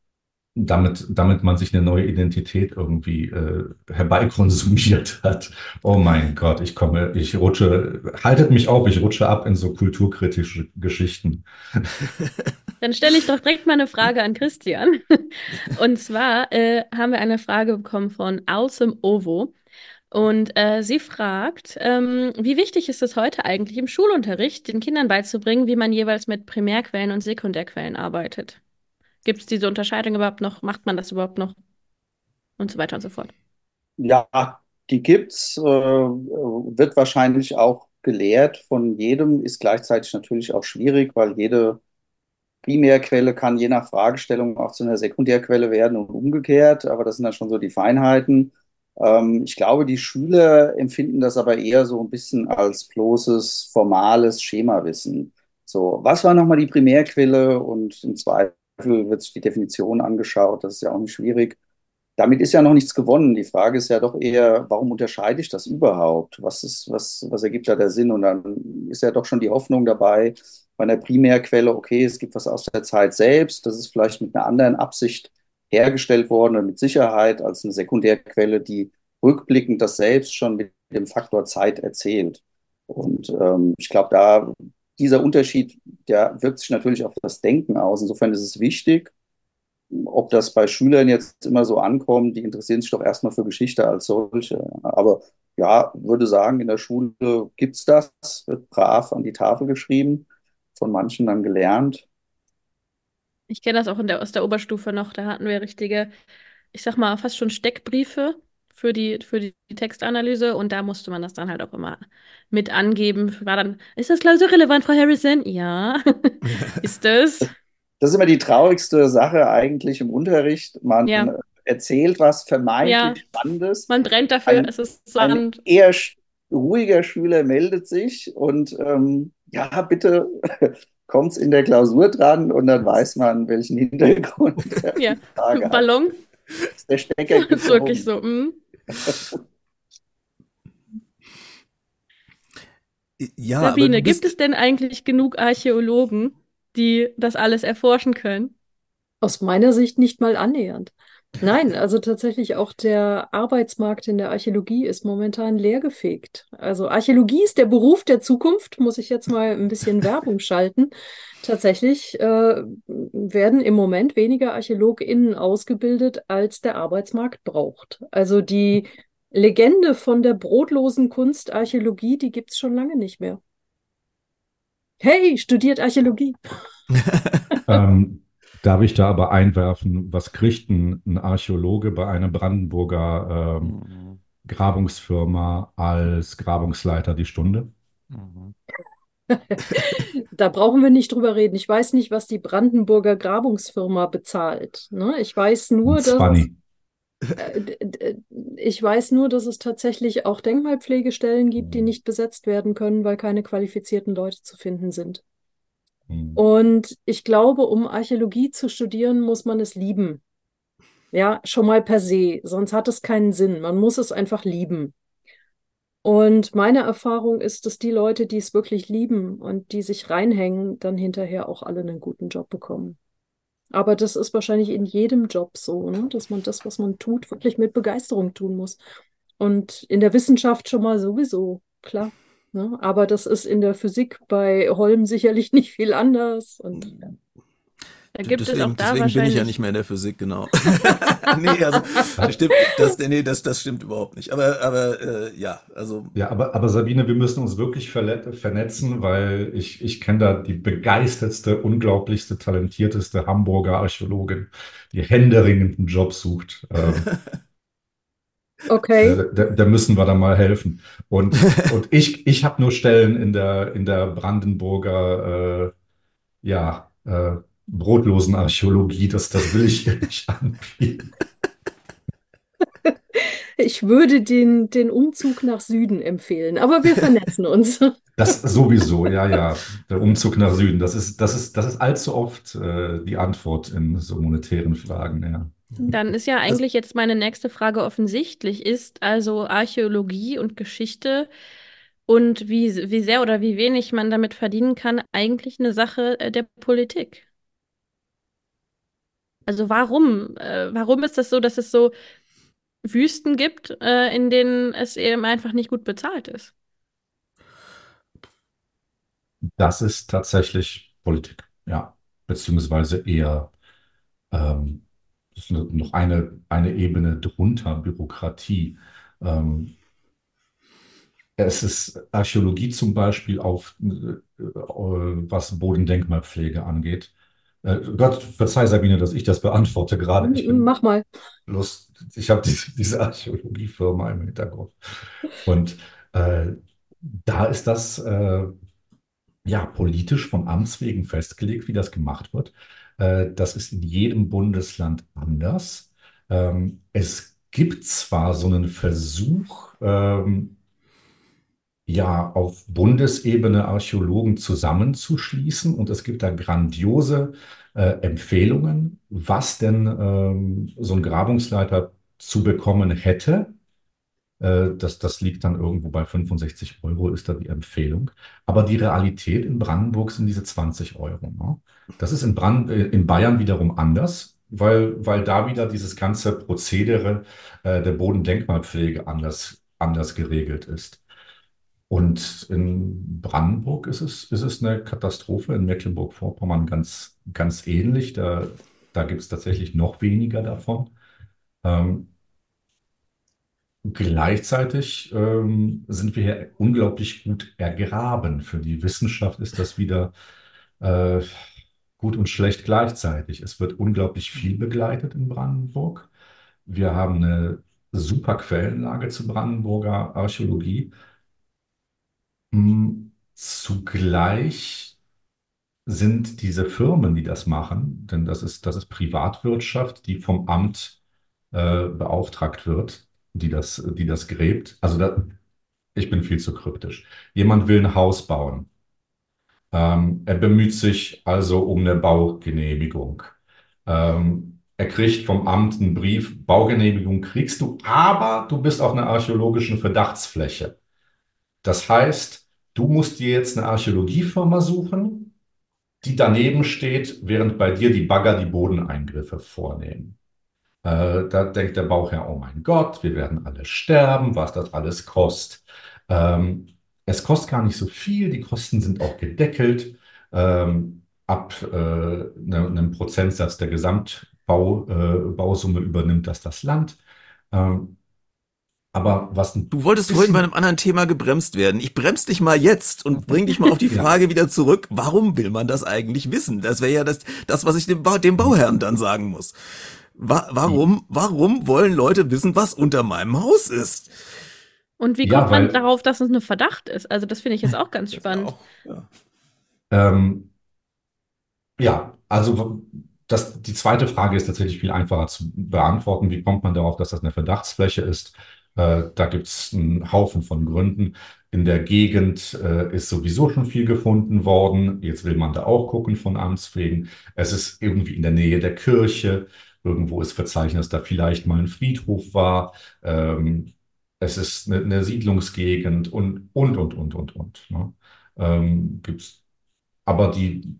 damit man sich eine neue Identität irgendwie herbeikonsumiert hat. Oh mein Gott, ich rutsche, haltet mich auf, ich rutsche ab in so kulturkritische Geschichten. Dann stelle ich doch direkt mal eine Frage an Christian. Und zwar haben wir eine Frage bekommen von Alsem Ovo. Und sie fragt, wie wichtig ist es heute eigentlich im Schulunterricht, den Kindern beizubringen, wie man jeweils mit Primärquellen und Sekundärquellen arbeitet? Gibt es diese Unterscheidung überhaupt noch? Macht man das überhaupt noch? Und so weiter und so fort. Ja, die gibt's, wird wahrscheinlich auch gelehrt von jedem, ist gleichzeitig natürlich auch schwierig, weil jede Primärquelle kann je nach Fragestellung auch zu einer Sekundärquelle werden und umgekehrt, aber das sind dann schon so die Feinheiten. Ich glaube, die Schüler empfinden das aber eher so ein bisschen als bloßes formales Schemawissen. So, was war nochmal die Primärquelle? Und im Zweifel wird sich die Definition angeschaut, das ist ja auch nicht schwierig. Damit ist ja noch nichts gewonnen. Die Frage ist ja doch eher, warum unterscheide ich das überhaupt? Was ergibt da der Sinn? Und dann ist ja doch schon die Hoffnung dabei, bei einer Primärquelle, okay, es gibt was aus der Zeit selbst, das ist vielleicht mit einer anderen Absicht hergestellt worden und mit Sicherheit als eine Sekundärquelle, die rückblickend das selbst schon mit dem Faktor Zeit erzählt. Und ich glaube, dieser Unterschied, der wirkt sich natürlich auf das Denken aus. Insofern ist es wichtig. Ob das bei Schülern jetzt immer so ankommt, die interessieren sich doch erstmal für Geschichte als solche. Aber ja, würde sagen, in der Schule gibt es das, wird brav an die Tafel geschrieben, von manchen dann gelernt. Ich kenne das auch aus der Oberstufe noch. Da hatten wir richtige, ich sag mal, fast schon Steckbriefe für die Textanalyse. Und da musste man das dann halt auch immer mit angeben. Ist das klausurrelevant, Frau Harrison? Ja, ist das. Das ist immer die traurigste Sache eigentlich im Unterricht. Man Ja, erzählt was ja, vermeintlich Spannendes. man brennt dafür. Ein, Es ist ein Sand. eher ruhiger Schüler meldet sich und ja, bitte kommt es in der Klausur dran und dann weiß man, welchen Hintergrund Ja, die Frage hat. Ballon. Ist der Stecker Das ist wirklich gezogen? so. Ja, aber Sabine, du gibt bist, es denn eigentlich genug Archäologen, die das alles erforschen können? Aus meiner Sicht nicht mal annähernd. Nein, also tatsächlich auch der Arbeitsmarkt in der Archäologie ist momentan leergefegt. Also Archäologie ist der Beruf der Zukunft, muss ich jetzt mal ein bisschen Werbung schalten. Tatsächlich werden im Moment weniger ArchäologInnen ausgebildet, als der Arbeitsmarkt braucht. Also die Legende von der brotlosen Kunstarchäologie, die gibt es schon lange nicht mehr. Hey, studiert Archäologie. Ähm, Darf ich da aber einwerfen, was kriegt ein Archäologe bei einer Brandenburger Mhm. Grabungsfirma als Grabungsleiter die Stunde? Mhm. Da brauchen wir nicht drüber reden. Ich weiß nicht, was die Brandenburger Grabungsfirma bezahlt. Ne? Ein Zwanni. Ich weiß nur, dass es tatsächlich auch Denkmalpflegestellen gibt, die Hm, nicht besetzt werden können, weil keine qualifizierten Leute zu finden sind. hm. Und ich glaube, um Archäologie zu studieren, muss man es lieben. Ja, schon mal per se, sonst hat es keinen Sinn. Man muss es einfach lieben. Und meine Erfahrung ist, dass die Leute, die es wirklich lieben und die sich reinhängen, dann hinterher auch alle einen guten Job bekommen. Aber das ist wahrscheinlich in jedem Job so, ne? Dass man das, was man tut, wirklich mit Begeisterung tun muss. Und in der Wissenschaft schon mal sowieso, klar. Ne? Aber das ist in der Physik bei Holm sicherlich nicht viel anders. Und ja. Da gibt es auch da Deswegen bin ich ja nicht wahrscheinlich. mehr in der Physik, genau. Nee, also das stimmt, das stimmt überhaupt nicht. Aber ja, also Ja, aber Sabine, wir müssen uns wirklich vernetzen, weil ich kenne da die begeistertste, unglaublichste, talentierteste Hamburger Archäologin, die händeringend einen Job sucht. Okay, Da müssen wir da mal helfen. Und ich habe nur Stellen in der Brandenburger brotlosen Archäologie, das will ich ihr nicht anbieten. ich würde den Umzug nach Süden empfehlen, aber wir vernetzen uns. Das sowieso, ja, ja. Der Umzug nach Süden, das ist allzu oft die Antwort in so monetären Fragen, ja. Dann ist ja also, eigentlich jetzt meine nächste Frage offensichtlich. Ist also Archäologie und Geschichte und wie sehr oder wie wenig man damit verdienen kann, eigentlich eine Sache der Politik? Also warum ist das so, dass es so Wüsten gibt, in denen es eben einfach nicht gut bezahlt ist? Das ist tatsächlich Politik, ja. Beziehungsweise eher ähm, das ist noch eine Ebene drunter, Bürokratie. Ähm, Es ist Archäologie zum Beispiel was Bodendenkmalpflege angeht. Gott, verzeih Sabine, dass ich das beantworte gerade. Mach mal. Ich habe diese Archäologiefirma im Hintergrund. Und äh, da ist das ja politisch vom Amts wegen festgelegt, wie das gemacht wird. Das ist in jedem Bundesland anders. Es gibt zwar so einen Versuch, ja, auf Bundesebene Archäologen zusammenzuschließen. Und es gibt da grandiose Empfehlungen, was denn so ein Grabungsleiter zu bekommen hätte. Das liegt dann irgendwo bei 65 € ist da die Empfehlung. Aber die Realität in Brandenburg sind diese 20 €. Ne? Das ist in Bayern wiederum anders, weil da wieder dieses ganze Prozedere der Bodendenkmalpflege anders geregelt ist. Und in Brandenburg ist es eine Katastrophe, in Mecklenburg-Vorpommern ganz ähnlich. Da gibt es tatsächlich noch weniger davon. Ähm, Gleichzeitig sind wir hier unglaublich gut ergraben. Für die Wissenschaft ist das wieder äh, gut und schlecht gleichzeitig. Es wird unglaublich viel begleitet in Brandenburg. Wir haben eine super Quellenlage zur Brandenburger Archäologie. Zugleich sind diese Firmen, die das machen, denn das ist Privatwirtschaft, die vom Amt beauftragt wird, die das gräbt. Also ich bin viel zu kryptisch. Jemand will ein Haus bauen. Er bemüht sich also um eine Baugenehmigung. Er kriegt vom Amt einen Brief, Baugenehmigung kriegst du, aber du bist auf einer archäologischen Verdachtsfläche. Das heißt, du musst dir jetzt eine Archäologiefirma suchen, die daneben steht, während bei dir die Bagger die Bodeneingriffe vornehmen. Da denkt der Bauherr, oh mein Gott, wir werden alle sterben, was das alles kostet. Es kostet gar nicht so viel, die Kosten sind auch gedeckelt. Ab einem Prozentsatz der Gesamtbausumme übernimmt das Land. Ähm, Aber was ein Du wolltest vorhin bei einem bisschen, anderen Thema gebremst werden. Ich bremse dich mal jetzt und bring dich mal auf die ja, Frage wieder zurück. Warum will man das eigentlich wissen? Das wäre ja das, was ich dem Bauherrn dann sagen muss. Warum wollen Leute wissen, was unter meinem Haus ist? Und wie ja, kommt man weil darauf, dass es nur Verdacht ist? Also das finde ich jetzt auch ganz Das wäre spannend. auch, ja. ähm, ja, also die zweite Frage ist tatsächlich viel einfacher zu beantworten. Wie kommt man darauf, dass das eine Verdachtsfläche ist? Da gibt es einen Haufen von Gründen. In der Gegend ist sowieso schon viel gefunden worden. Jetzt will man da auch gucken von Amts wegen. Es ist irgendwie in der Nähe der Kirche. Irgendwo ist verzeichnet, dass da vielleicht mal ein Friedhof war. Es ist eine Siedlungsgegend und. Ne? Gibt's, aber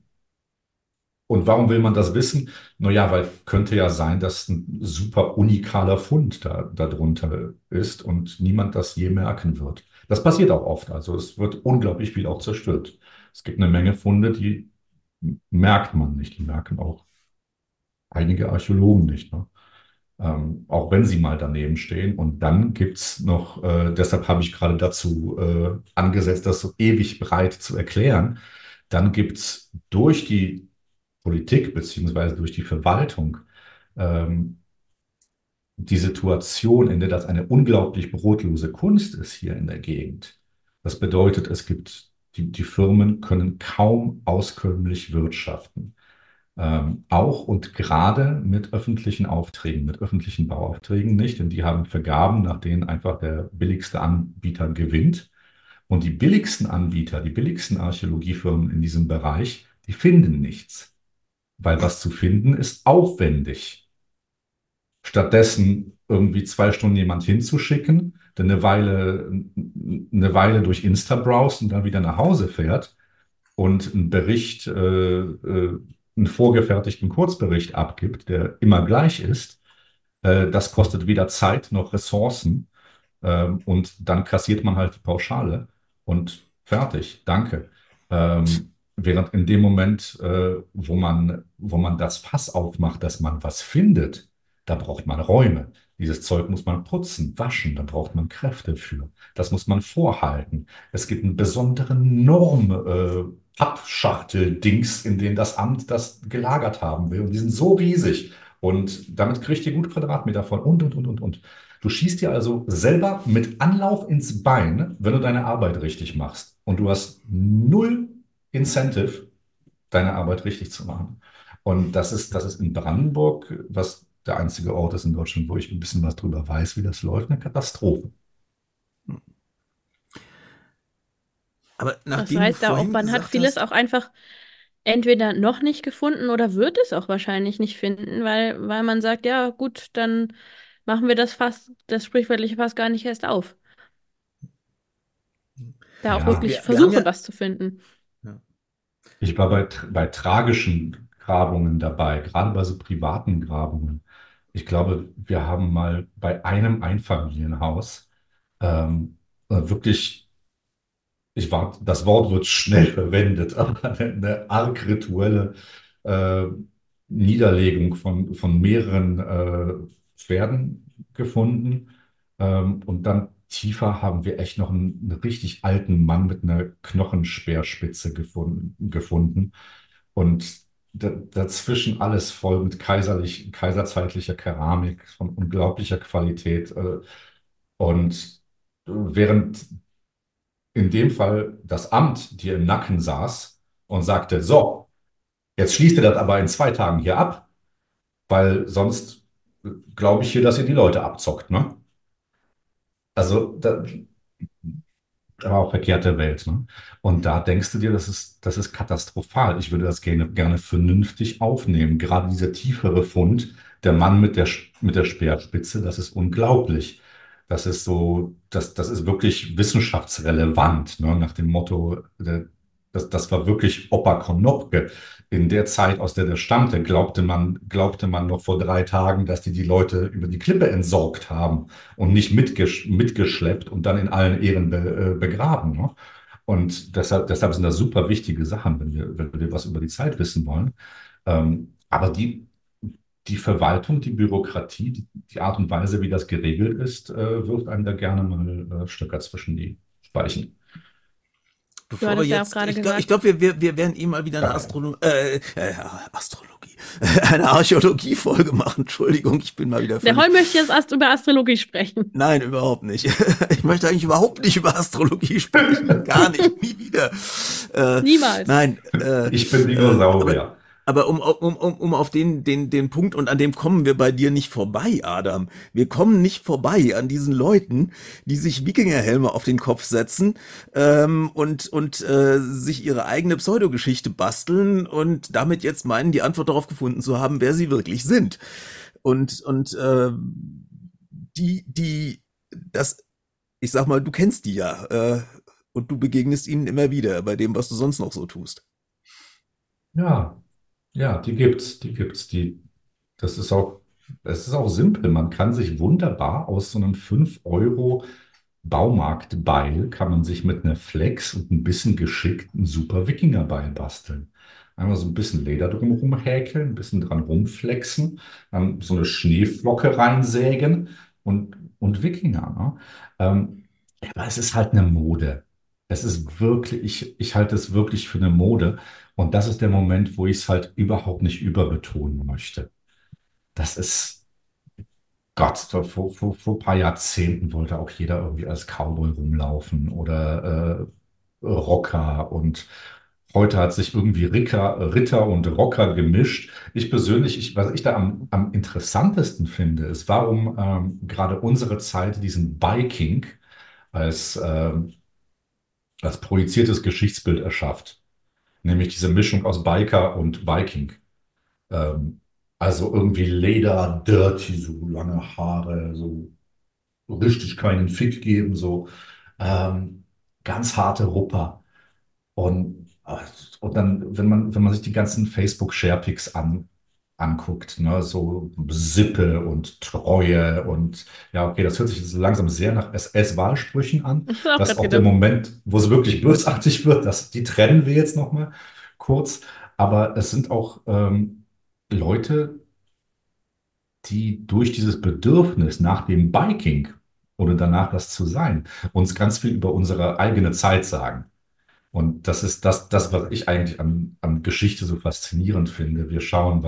und warum will man das wissen? Naja, weil könnte ja sein, dass ein super unikaler Fund darunter ist und niemand das je merken wird. Das passiert auch oft. Also es wird unglaublich viel auch zerstört. Es gibt eine Menge Funde, die merkt man nicht. Die merken auch einige Archäologen nicht. Ne? Auch wenn sie mal daneben stehen. Und dann gibt's noch, deshalb habe ich gerade dazu angesetzt, das so ewig breit zu erklären. Dann gibt's durch die Politik beziehungsweise durch die Verwaltung ähm, die Situation, in der das eine unglaublich brotlose Kunst ist hier in der Gegend. Das bedeutet, es gibt, die Firmen können kaum auskömmlich wirtschaften. Auch und gerade mit öffentlichen Aufträgen, mit öffentlichen Bauaufträgen nicht, denn die haben Vergaben, nach denen einfach der billigste Anbieter gewinnt. Und die billigsten Anbieter, die billigsten Archäologiefirmen in diesem Bereich, die finden nichts. Weil was zu finden ist aufwendig. Stattdessen irgendwie 2 Stunden jemand hinzuschicken, der eine Weile durch Insta browst und dann wieder nach Hause fährt und einen Bericht, einen vorgefertigten Kurzbericht abgibt, der immer gleich ist, das kostet weder Zeit noch Ressourcen. Und dann kassiert man halt die Pauschale und fertig, danke. Während in dem Moment, wo man das Fass aufmacht, dass man was findet, da braucht man Räume. Dieses Zeug muss man putzen, waschen, da braucht man Kräfte für. Das muss man vorhalten. Es gibt einen besonderen Pappschachtel-Dings, in denen das Amt das gelagert haben will. Und die sind so riesig. Und damit kriegt ihr gut Quadratmeter von und. Du schießt dir also selber mit Anlauf ins Bein, wenn du deine Arbeit richtig machst. Und du hast null Incentive, deine Arbeit richtig zu machen. Und das ist in Brandenburg, was der einzige Ort ist in Deutschland, wo ich ein bisschen was drüber weiß, wie das läuft, eine Katastrophe. Aber Das nachdem du heißt auch, vorhin man hat gesagt vieles hast, auch einfach entweder noch nicht gefunden oder wird es auch wahrscheinlich nicht finden, weil man sagt, ja, gut, dann machen wir das Fass, das sprichwörtliche Fass gar nicht erst auf. Da auch Ja, wirklich wir haben versuchen, ja, was zu finden. ja, ich war bei tragischen Grabungen dabei, gerade bei so privaten Grabungen. Ich glaube, wir haben mal bei einem Einfamilienhaus wirklich, das Wort wird schnell verwendet, aber eine arg rituelle äh, Niederlegung von mehreren Pferden gefunden. Und dann tiefer haben wir echt noch einen richtig alten Mann mit einer Knochenspeerspitze gefunden. Und dazwischen alles voll mit kaiserzeitlicher Keramik von unglaublicher Qualität. Und während in dem Fall das Amt dir im Nacken saß und sagte, so, jetzt schließt ihr das aber in 2 Tagen hier ab, weil sonst glaube ich hier, dass ihr die Leute abzockt, ne? Also aber auch verkehrte Welt, ne? Und da denkst du dir, das ist katastrophal. Ich würde das gerne vernünftig aufnehmen. Gerade dieser tiefere Fund, der Mann mit der Speerspitze, das ist unglaublich. Das ist so, das ist wirklich wissenschaftsrelevant, ne? Nach dem Motto, das war wirklich Opa Konopke. In der Zeit, aus der der stammte, glaubte man noch vor 3 Tagen, dass die Leute über die Klippe entsorgt haben und nicht mitgeschleppt und dann in allen Ehren begraben. Ne? Und deshalb sind das super wichtige Sachen, wenn wir was über die Zeit wissen wollen. Aber die Verwaltung, die Bürokratie, die Art und Weise, wie das geregelt ist, wirft einem da gerne mal Stöcker zwischen die Speichen. Du Bevor wir hattest ja auch jetzt, gerade ich gesagt, glaube, wir werden ihm mal wieder eine Astrologie, eine Archäologie-Folge machen. Entschuldigung, ich bin mal wieder der völlig. Holl möchte jetzt erst über Astrologie sprechen. Nein, überhaupt nicht. Ich möchte eigentlich überhaupt nicht über Astrologie sprechen. Gar nicht, nie wieder. Niemals. Nein, Ich bin aber, Dinosaurier. aber um auf den Punkt, und an dem kommen wir bei dir nicht vorbei, Adam. Wir kommen nicht vorbei an diesen Leuten, die sich Wikingerhelme auf den Kopf setzen und sich ihre eigene Pseudogeschichte basteln und damit jetzt meinen, die Antwort darauf gefunden zu haben, wer sie wirklich sind. Und die, das, ich sag mal, du kennst die ja, und du begegnest ihnen immer wieder bei dem, was du sonst noch so tust. Ja, ja, die gibt's, das ist auch, es ist auch simpel. Man kann sich wunderbar aus so einem 5 € Baumarktbeil kann man sich mit einer Flex und ein bisschen geschickt ein super Wikingerbeil basteln. Einmal so ein bisschen Leder drumherum häkeln, ein bisschen dran rumflexen, dann so eine Schneeflocke reinsägen und Wikinger. Ne? Aber es ist halt eine Mode. Es ist wirklich, ich halte es wirklich für eine Mode. Und das ist der Moment, wo ich es halt überhaupt nicht überbetonen möchte. Das ist, Gott, vor ein paar Jahrzehnten wollte auch jeder irgendwie als Cowboy rumlaufen oder Rocker. Und heute hat sich irgendwie Ritter und Rocker gemischt. Ich persönlich, was ich da am interessantesten finde, ist, warum gerade unsere Zeit diesen Biking als, als projiziertes Geschichtsbild erschafft. Nämlich diese Mischung aus Biker und Viking. Ähm, also irgendwie Leder, dirty, so lange Haare, so richtig keinen Fick geben, so ganz harte Rupper. Und und dann, wenn man sich die ganzen Facebook-Sharepics anguckt, ne, so Sippe und Treue und ja, okay, das hört sich so langsam sehr nach SS-Wahlsprüchen an. Ich habe auch Das ist gerade auch der gedacht. Moment, wo es wirklich bösartig wird. Die trennen wir jetzt nochmal kurz. Aber es sind auch Leute, die durch dieses Bedürfnis nach dem Biking oder danach das zu sein, uns ganz viel über unsere eigene Zeit sagen. Und das ist was ich eigentlich an Geschichte so faszinierend finde. Wir schauen,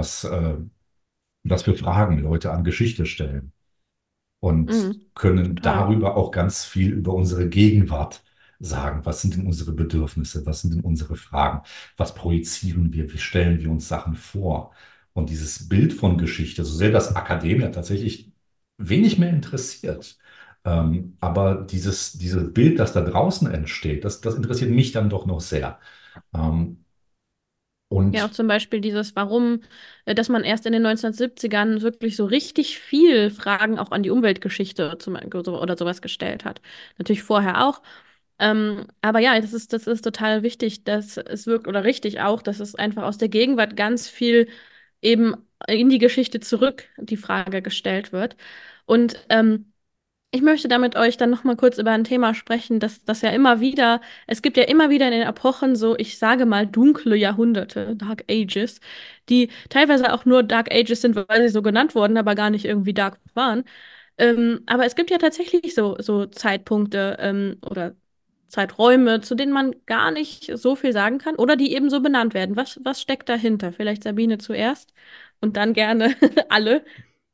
was für Fragen Leute an Geschichte stellen und Mhm, können total. darüber auch ganz viel über unsere Gegenwart sagen. Was sind denn unsere Bedürfnisse? Was sind denn unsere Fragen? Was projizieren wir? Wie stellen wir uns Sachen vor? Und dieses Bild von Geschichte, so sehr das Akademia tatsächlich wenig mehr interessiert, aber dieses Bild, das da draußen entsteht, das interessiert mich dann doch noch sehr. Ähm, Ja, auch und zum Beispiel dieses, warum, dass man erst in den 1970ern wirklich so richtig viel Fragen auch an die Umweltgeschichte oder sowas gestellt hat. Natürlich vorher auch. Aber ja, das ist total wichtig, dass es wirkt, oder richtig auch, dass es einfach aus der Gegenwart ganz viel eben in die Geschichte zurück die Frage gestellt wird. Und ich möchte da mit euch dann noch mal kurz über ein Thema sprechen, das ja immer wieder, es gibt ja immer wieder in den Epochen so, ich sage mal, dunkle Jahrhunderte, Dark Ages, die teilweise auch nur Dark Ages sind, weil sie so genannt wurden, aber gar nicht irgendwie dark waren. Aber es gibt ja tatsächlich so Zeitpunkte oder Zeiträume, zu denen man gar nicht so viel sagen kann oder die eben so benannt werden. Was steckt dahinter? Vielleicht Sabine zuerst und dann gerne alle.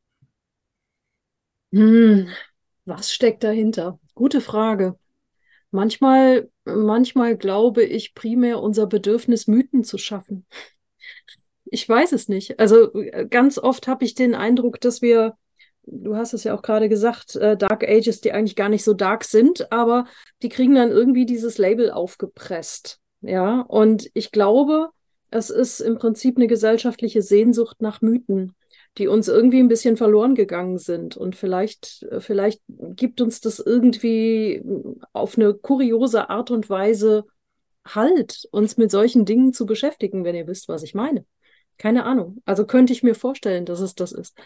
Hm, was steckt dahinter? Gute Frage. Manchmal glaube ich primär unser Bedürfnis, Mythen zu schaffen. Ich weiß es nicht. Also ganz oft habe ich den Eindruck, dass wir, du hast es ja auch gerade gesagt, Dark Ages, die eigentlich gar nicht so dark sind, aber die kriegen dann irgendwie dieses Label aufgepresst. Ja, und ich glaube, es ist im Prinzip eine gesellschaftliche Sehnsucht nach Mythen, die uns irgendwie ein bisschen verloren gegangen sind. Und vielleicht gibt uns das irgendwie auf eine kuriose Art und Weise Halt, uns mit solchen Dingen zu beschäftigen, wenn ihr wisst, was ich meine. Keine Ahnung. Also könnte ich mir vorstellen, dass es das ist.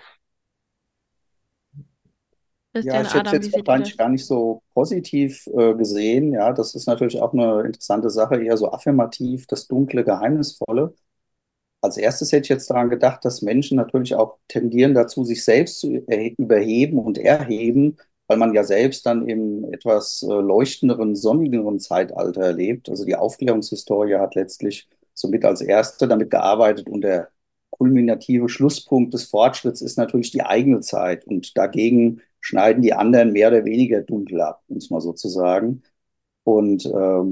Ja, Christian, ich hätte es Adam, wie jetzt seht ihr wahrscheinlich das? gar nicht so positiv gesehen. Ja, das ist natürlich auch eine interessante Sache, eher so affirmativ, das Dunkle, Geheimnisvolle. als erstes hätte ich jetzt daran gedacht, dass Menschen natürlich auch tendieren dazu, sich selbst zu überheben und erheben, weil man ja selbst dann im etwas leuchtenderen, sonnigeren Zeitalter lebt. Also die Aufklärungshistorie hat letztlich somit als erste damit gearbeitet und der kulminative Schlusspunkt des Fortschritts ist natürlich die eigene Zeit und dagegen schneiden die anderen mehr oder weniger dunkel ab, um es mal so zu sagen. Und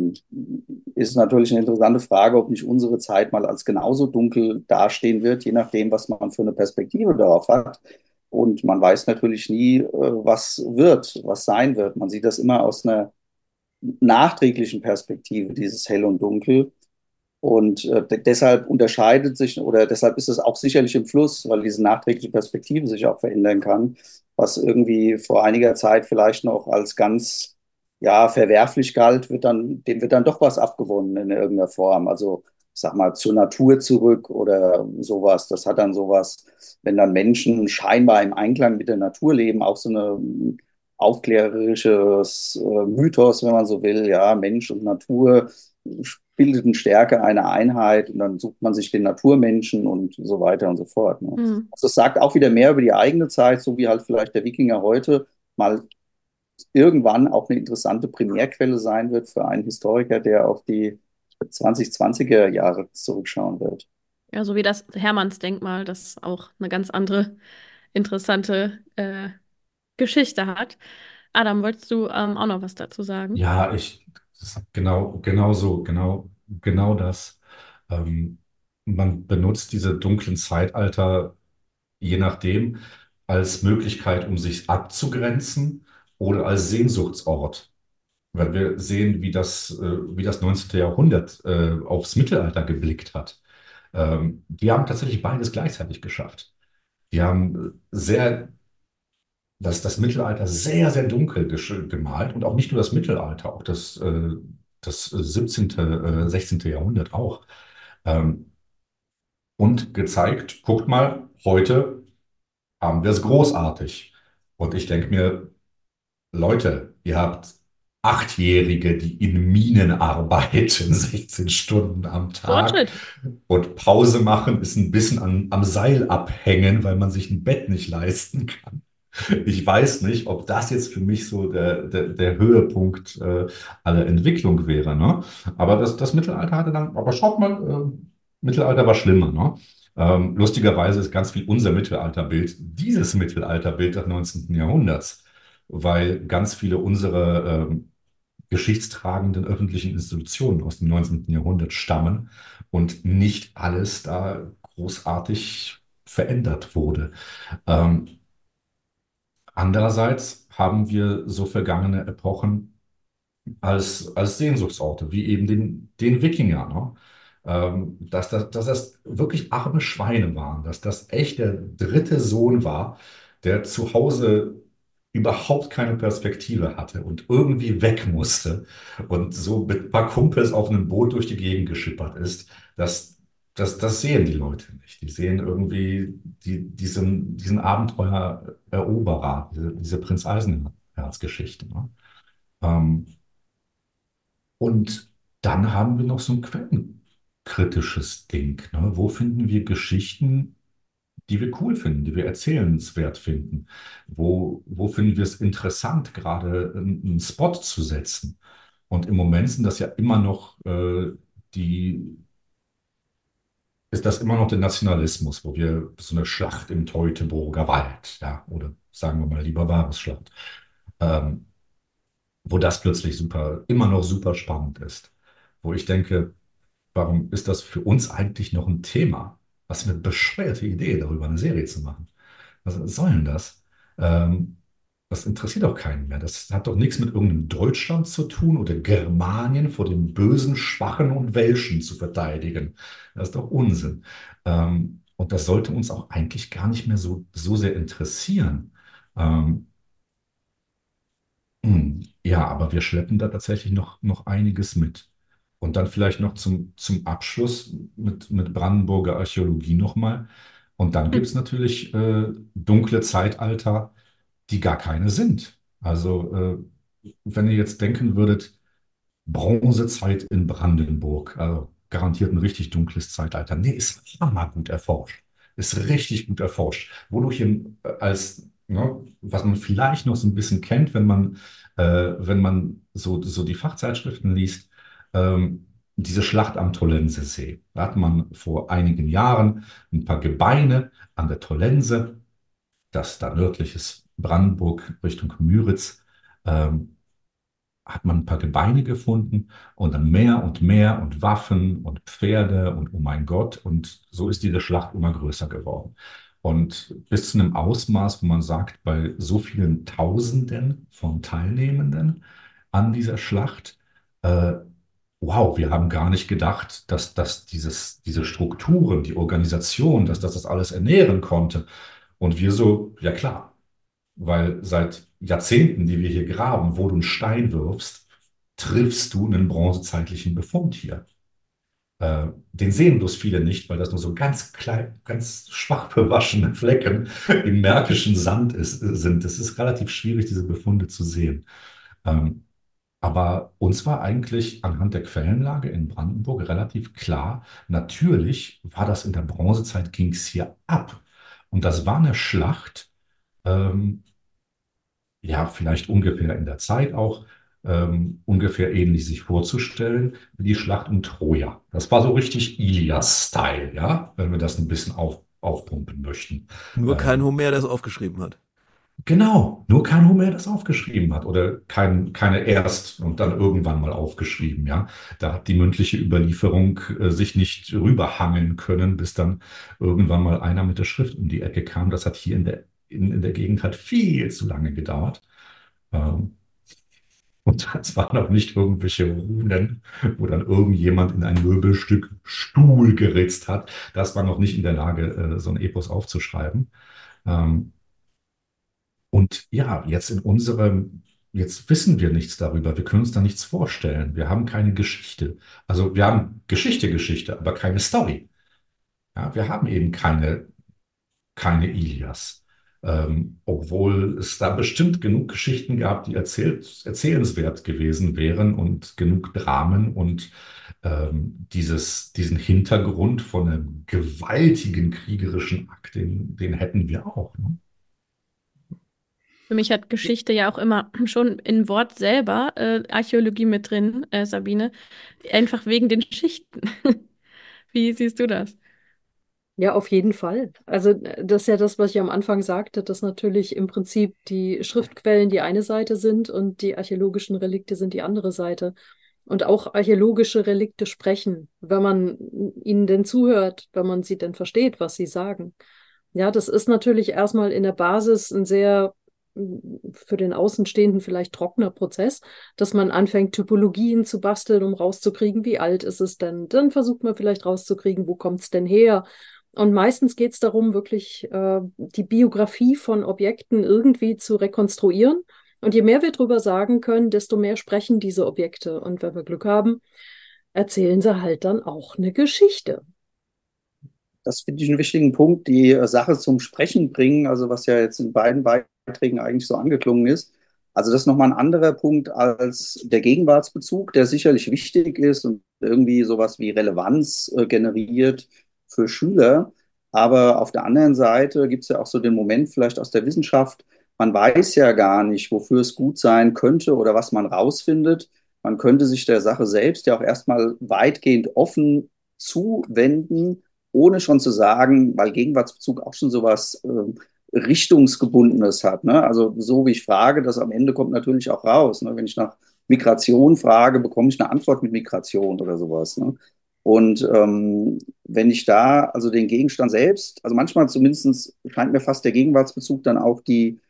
ist natürlich eine interessante Frage, ob nicht unsere Zeit mal als genauso dunkel dastehen wird, je nachdem, was man für eine Perspektive darauf hat. Und man weiß natürlich nie, was wird, was sein wird. Man sieht das immer aus einer nachträglichen Perspektive, dieses Hell und Dunkel. Und deshalb unterscheidet sich oder deshalb ist es auch sicherlich im Fluss, weil diese nachträgliche Perspektive sich auch verändern kann, was irgendwie vor einiger Zeit vielleicht noch als ganz ja verwerflich galt, dem wird dann doch was abgewonnen in irgendeiner Form. Also ich sag mal zur Natur zurück oder sowas. Das hat dann sowas, wenn dann Menschen scheinbar im Einklang mit der Natur leben, auch so eine aufklärerisches Mythos, wenn man so will, ja, Mensch und Natur bildeten Stärke eine Einheit und dann sucht man sich den Naturmenschen und so weiter und so fort. Ne? Hm. Also es sagt auch wieder mehr über die eigene Zeit, so wie halt vielleicht der Wikinger heute mal irgendwann auch eine interessante Primärquelle sein wird für einen Historiker, der auf die 2020er Jahre zurückschauen wird. Ja, so wie das Hermannsdenkmal, das auch eine ganz andere interessante Geschichte hat. Adam, wolltest du auch noch was dazu sagen? Ja, genau so, genau das. Ähm, Man benutzt diese dunklen Zeitalter je nachdem als Möglichkeit, um sich abzugrenzen oder als Sehnsuchtsort. Wenn wir sehen, wie das 19. Jahrhundert aufs Mittelalter geblickt hat. Die haben tatsächlich beides gleichzeitig geschafft. Die haben das Mittelalter sehr, sehr dunkel gemalt und auch nicht nur das Mittelalter, auch das 17., 16. Jahrhundert auch. Ähm, und gezeigt, guckt mal, heute haben wir es großartig. Und ich denke mir, Leute, ihr habt Achtjährige, die in Minen arbeiten, 16 Stunden am Tag Fortschritt. und Pause machen ist ein bisschen am Seil abhängen, weil man sich ein Bett nicht leisten kann. Ich weiß nicht, ob das jetzt für mich so der Höhepunkt aller Entwicklung wäre, ne? Aber das Mittelalter hatte dann, aber schaut mal, Mittelalter war schlimmer, ne? Lustigerweise ist ganz viel unser Mittelalterbild dieses Mittelalterbild des 19. Jahrhunderts, weil ganz viele unserer geschichtstragenden öffentlichen Institutionen aus dem 19. Jahrhundert stammen und nicht alles da großartig verändert wurde. Ähm, Andererseits haben wir so vergangene Epochen als Sehnsuchtsorte, wie eben den Wikinger, ne? Dass das wirklich arme Schweine waren, dass das echt der dritte Sohn war, der zu Hause überhaupt keine Perspektive hatte und irgendwie weg musste und so mit ein paar Kumpels auf einem Boot durch die Gegend geschippert ist. Das sehen die Leute nicht. Die sehen irgendwie diesen Abenteuereroberer, diese Prinz Eisenherz-Geschichte. Ne? Ähm, und dann haben wir noch so ein quellenkritisches Ding. Ne? Wo finden wir Geschichten, die wir cool finden, die wir erzählenswert finden? Wo finden wir es interessant, gerade einen Spot zu setzen? Und im Moment sind das ja immer noch die, ist das immer noch der Nationalismus, wo wir so eine Schlacht im Teutoburger Wald, ja, oder sagen wir mal lieber Varusschlacht, ähm, wo das plötzlich immer noch super spannend ist. Wo ich denke, warum ist das für uns eigentlich noch ein Thema? Was für eine bescheuerte Idee, darüber eine Serie zu machen. Was soll denn das? Ähm, Das interessiert doch keinen mehr. Das hat doch nichts mit irgendeinem Deutschland zu tun oder Germanien vor dem bösen, schwachen und Welschen zu verteidigen. Das ist doch Unsinn. Und das sollte uns auch eigentlich gar nicht mehr so sehr interessieren. Ähm, ja, aber wir schleppen da tatsächlich noch einiges mit. Und dann vielleicht noch zum Abschluss mit Brandenburger Archäologie nochmal. Und dann gibt es natürlich dunkle Zeitalter, die gar keine sind. Also wenn ihr jetzt denken würdet, Bronzezeit in Brandenburg, also garantiert ein richtig dunkles Zeitalter. Nee, ist hammergut erforscht. Ist richtig gut erforscht. Wodurch als, ne, was man vielleicht noch so ein bisschen kennt, wenn man so die Fachzeitschriften liest, diese Schlacht am Tollensesee. Da hat man vor einigen Jahren ein paar Gebeine an der Tollense, das da nördliches Brandenburg Richtung Müritz, ähm, hat man ein paar Gebeine gefunden und dann mehr und Waffen und Pferde und oh mein Gott. Und so ist diese Schlacht immer größer geworden. Und bis zu einem Ausmaß, wo man sagt, bei so vielen Tausenden von Teilnehmenden an dieser Schlacht, äh, wow, wir haben gar nicht gedacht, dass diese Strukturen, die Organisation, dass das alles ernähren konnte. Und wir so, ja klar, weil seit Jahrzehnten, die wir hier graben, wo du einen Stein wirfst, triffst du einen bronzezeitlichen Befund hier. Den sehen bloß viele nicht, weil das nur so ganz klein, ganz schwach bewaschene Flecken im märkischen sind. Es ist relativ schwierig, diese Befunde zu sehen. Ähm, aber uns war eigentlich anhand der Quellenlage in Brandenburg relativ klar, natürlich war das in der Bronzezeit, ging es hier ab. Und das war eine Schlacht, ähm, ja, vielleicht ungefähr in der Zeit auch, ungefähr ähnlich sich vorzustellen wie die Schlacht um Troja. Das war so richtig Ilias-Style, ja, wenn wir das ein bisschen aufpumpen möchten. Nur kein Ähm, Homer, der es aufgeschrieben hat. genau, nur kein Homer das aufgeschrieben hat oder keine erst und dann irgendwann mal aufgeschrieben, ja. Da hat die mündliche Überlieferung sich nicht rüberhangeln können, bis dann irgendwann mal einer mit der Schrift um die Ecke kam. Das hat hier in der Gegend hat viel zu lange gedauert. Ähm, und das waren auch nicht irgendwelche Runen, wo dann irgendjemand in ein Möbelstück Stuhl geritzt hat. Das war noch nicht in der Lage, so ein Epos aufzuschreiben. Ähm, und ja, jetzt wissen wir nichts darüber. Wir können uns da nichts vorstellen. Wir haben keine Geschichte. Also wir haben Geschichte, aber keine Story. Ja, wir haben eben keine Ilias. Obwohl es da bestimmt genug Geschichten gab, die erzählenswert gewesen wären und genug Dramen und diesen Hintergrund von einem gewaltigen kriegerischen Akt, den hätten wir auch. Ne? Für mich hat Geschichte ja auch immer schon in Wort selber Archäologie mit drin, Sabine. Einfach wegen den Schichten. Wie siehst du das? Ja, auf jeden Fall. Also das ist ja das, was ich am Anfang sagte, dass natürlich im Prinzip die Schriftquellen die eine Seite sind und die archäologischen Relikte sind die andere Seite. Und auch archäologische Relikte sprechen, wenn man ihnen denn zuhört, wenn man sie denn versteht, was sie sagen. Ja, das ist natürlich erstmal in der Basis ein sehr für den Außenstehenden vielleicht trockener Prozess, dass man anfängt, Typologien zu basteln, um rauszukriegen, wie alt ist es denn. Dann versucht man vielleicht rauszukriegen, wo kommt es denn her. Und meistens geht es darum, wirklich die Biografie von Objekten irgendwie zu rekonstruieren. Und je mehr wir darüber sagen können, desto mehr sprechen diese Objekte. Und wenn wir Glück haben, erzählen sie halt dann auch eine Geschichte. Das finde ich einen wichtigen Punkt, die Sache zum Sprechen bringen, also was ja jetzt in beiden Beiträgen eigentlich so angeklungen ist. Also das ist nochmal ein anderer Punkt als der Gegenwartsbezug, der sicherlich wichtig ist und irgendwie sowas wie Relevanz generiert für Schüler. Aber auf der anderen Seite gibt es ja auch so den Moment vielleicht aus der Wissenschaft, man weiß ja gar nicht, wofür es gut sein könnte oder was man rausfindet. Man könnte sich der Sache selbst ja auch erstmal weitgehend offen zuwenden, ohne schon zu sagen, weil Gegenwartsbezug auch schon sowas Richtungsgebundenes hat. Ne? Also so wie ich frage, das am Ende kommt natürlich auch raus. Ne? Wenn ich nach Migration frage, bekomme ich eine Antwort mit Migration oder sowas. Ne? Und wenn ich da also den Gegenstand selbst, also manchmal zumindest scheint mir fast der Gegenwartsbezug dann auch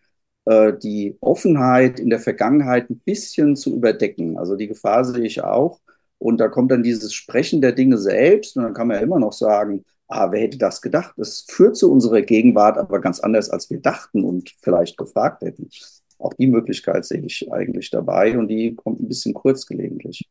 die Offenheit in der Vergangenheit ein bisschen zu überdecken. Also die Gefahr sehe ich auch. Und da kommt dann dieses Sprechen der Dinge selbst. Und dann kann man ja immer noch sagen, ah, wer hätte das gedacht? Es führt zu unserer Gegenwart, aber ganz anders, als wir dachten und vielleicht gefragt hätten. Auch die Möglichkeit sehe ich eigentlich dabei und die kommt ein bisschen kurz gelegentlich.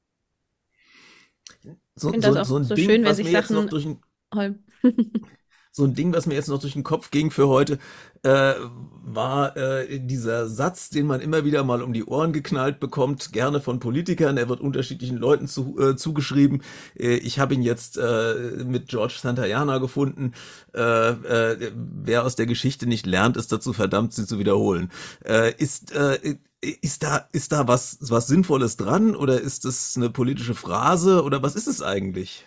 Ich finde das auch So ein so Ding, schön, wenn was sich mir jetzt noch Sachen. durch den Holm. so ein Ding, was mir jetzt noch durch den Kopf ging für heute, war dieser Satz, den man immer wieder mal um die Ohren geknallt bekommt, gerne von Politikern. Er wird unterschiedlichen Leuten zugeschrieben. Ich habe ihn jetzt mit George Santayana gefunden. Wer aus der Geschichte nicht lernt, ist dazu verdammt, sie zu wiederholen. Ist da was Sinnvolles dran oder ist das eine politische Phrase oder was ist es eigentlich?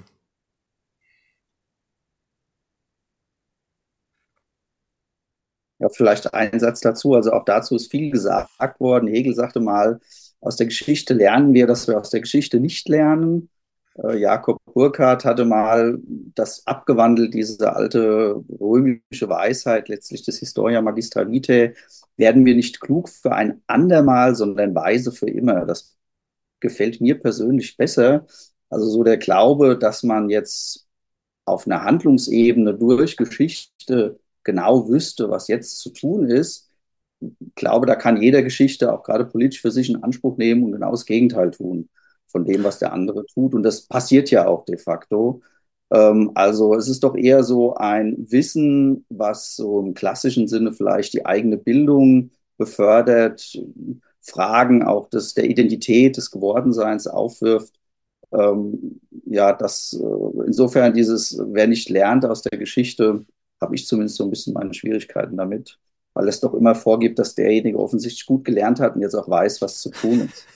Ja, vielleicht ein Satz dazu. Also auch dazu ist viel gesagt worden. Hegel sagte mal, aus der Geschichte lernen wir, dass wir aus der Geschichte nicht lernen. Jakob Burckhardt hatte mal das abgewandelt, diese alte römische Weisheit, letztlich des Historia Magistra Vitae, werden wir nicht klug für ein andermal, sondern weise für immer. Das gefällt mir persönlich besser. Also so der Glaube, dass man jetzt auf einer Handlungsebene durch Geschichte genau wüsste, was jetzt zu tun ist. Ich glaube, da kann jeder Geschichte auch gerade politisch für sich in Anspruch nehmen und genau das Gegenteil tun von dem, was der andere tut. Und das passiert ja auch de facto. Also es ist doch eher so ein Wissen, was so im klassischen Sinne vielleicht die eigene Bildung befördert, Fragen auch der Identität, des Gewordenseins aufwirft. Ja, insofern wer nicht lernt aus der Geschichte, habe ich zumindest so ein bisschen meine Schwierigkeiten damit, weil es doch immer vorgibt, dass derjenige offensichtlich gut gelernt hat und jetzt auch weiß, was zu tun ist.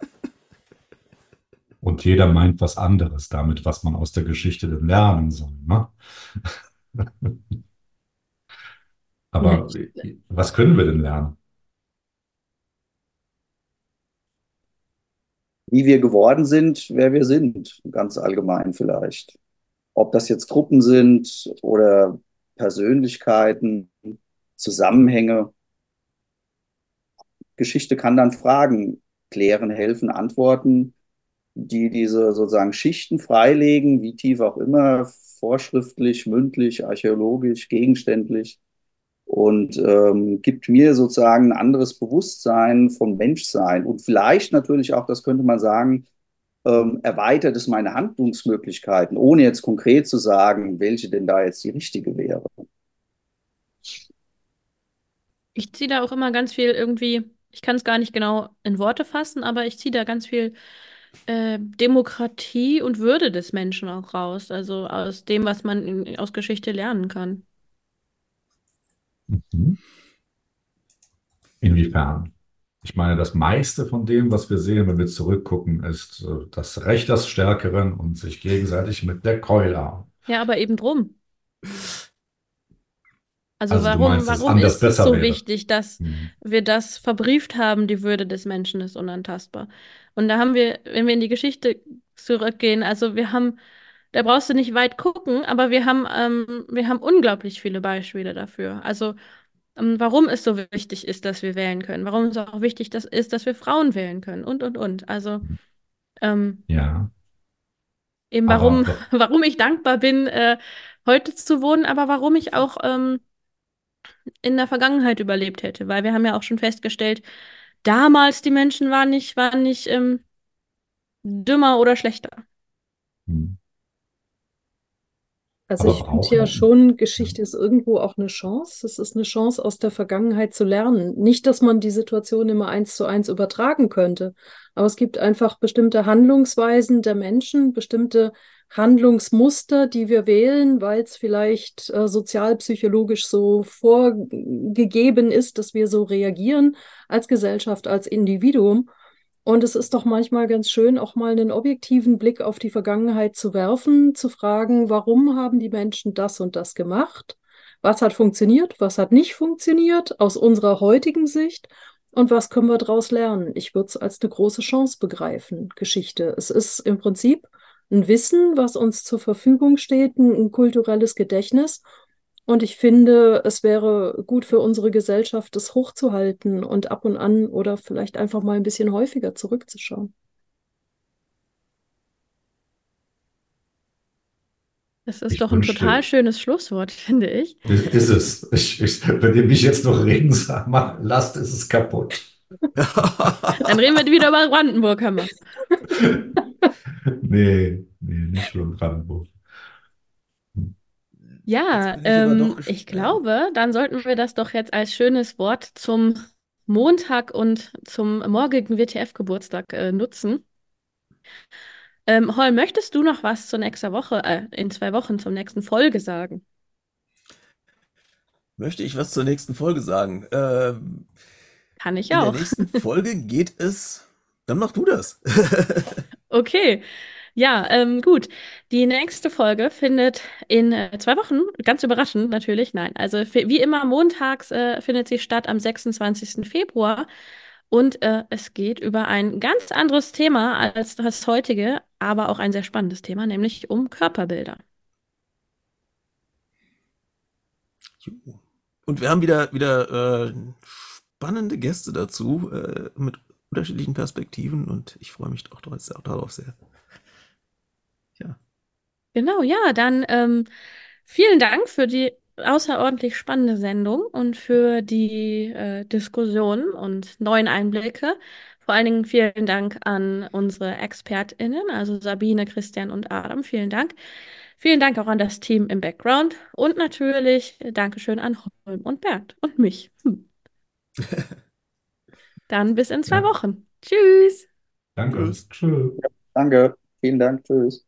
Und jeder meint was anderes damit, was man aus der Geschichte denn lernen soll, ne? Ja, Aber was können wir denn lernen? Wie wir geworden sind, wer wir sind, ganz allgemein vielleicht. Ob das jetzt Gruppen sind oder Persönlichkeiten, Zusammenhänge. Geschichte kann dann Fragen klären, helfen, antworten, die diese sozusagen Schichten freilegen, wie tief auch immer, vorschriftlich, mündlich, archäologisch, gegenständlich und gibt mir sozusagen ein anderes Bewusstsein vom Menschsein und vielleicht natürlich auch, das könnte man sagen, erweitert es meine Handlungsmöglichkeiten, ohne jetzt konkret zu sagen, welche denn da jetzt die richtige wäre. ich ziehe da auch immer ganz viel irgendwie, ich kann es gar nicht genau in Worte fassen, aber ich ziehe da ganz viel Demokratie und Würde des Menschen auch raus. Also aus dem, was man aus Geschichte lernen kann. Mhm. Inwiefern? Ich meine, das meiste von dem, was wir sehen, wenn wir zurückgucken, ist das Recht des Stärkeren und sich gegenseitig mit der Keule hauen. Ja, aber eben drum. Also Also du meinst, dass es warum anders ist es besser so wäre? wichtig, dass Hm. wir das verbrieft haben, die Würde des Menschen ist unantastbar. Und da haben wir, wenn wir in die Geschichte zurückgehen, also da brauchst du nicht weit gucken, aber wir haben unglaublich viele Beispiele dafür. Also warum es so wichtig ist, dass wir wählen können, warum es auch wichtig ist, dass wir Frauen wählen können und. Also ähm, Ja, eben aber warum ich dankbar bin, heute zu wohnen, aber warum ich auch in der Vergangenheit überlebt hätte, weil wir haben ja auch schon festgestellt, damals die Menschen waren nicht dümmer oder schlechter. hm. Also Aber ich finde ja brauchen? schon, Ja. Geschichte ist irgendwo auch eine Chance. Es ist eine Chance, aus der Vergangenheit zu lernen. Nicht, dass man die Situation immer eins zu eins übertragen könnte, aber es gibt einfach bestimmte Handlungsweisen der Menschen, bestimmte Handlungsmuster, die wir wählen, weil es vielleicht sozialpsychologisch so vorgegeben ist, dass wir so reagieren als Gesellschaft, als Individuum. Und es ist doch manchmal ganz schön, auch mal einen objektiven Blick auf die Vergangenheit zu werfen, zu fragen, warum haben die Menschen das und das gemacht? Was hat funktioniert? Was hat nicht funktioniert aus unserer heutigen Sicht? Und was können wir daraus lernen? Ich würde es als eine große Chance begreifen, Geschichte. Es ist im Prinzip ein Wissen, was uns zur Verfügung steht, ein kulturelles Gedächtnis. Und ich finde, es wäre gut für unsere Gesellschaft, das hochzuhalten und ab und an oder vielleicht einfach mal ein bisschen häufiger zurückzuschauen. Das ist Ich doch ein total wünschte, schönes Schlusswort, finde ich. ist es. Wenn ihr mich jetzt noch reden lasst, ist es kaputt. Dann reden wir wieder über Brandenburg, Hammer. Nee, nicht über Brandenburg. Jetzt Ja, bin ich aber doch ich ja. glaube, dann sollten wir das doch jetzt als schönes Wort zum Montag und zum morgigen WTF-Geburtstag nutzen. Hol, möchtest du noch was zur nächsten Woche, in 2 Wochen zur nächsten Folge sagen? Möchte ich was zur nächsten Folge sagen? Kann ich In der auch. nächsten Folge geht es. Dann mach du das. Okay, ja, gut. Die nächste Folge findet in 2 Wochen, ganz überraschend natürlich, nein, also wie immer montags findet sie statt am 26. Februar und es geht über ein ganz anderes Thema als das heutige, aber auch ein sehr spannendes Thema, nämlich um Körperbilder. Und wir haben wieder spannende Gäste dazu mit unterschiedlichen Perspektiven und ich freue mich doch darauf sehr. Ja. Genau, ja, dann vielen Dank für die außerordentlich spannende Sendung und für die Diskussion und neuen Einblicke. Vor allen Dingen vielen Dank an unsere ExpertInnen, also Sabine, Christian und Adam. Vielen Dank. Vielen Dank auch an das Team im Background und natürlich Dankeschön an Holm und Bernd und mich. Dann bis in zwei Ja, Wochen. Tschüss. danke. Tschüss. Tschüss. Danke, vielen Dank, tschüss.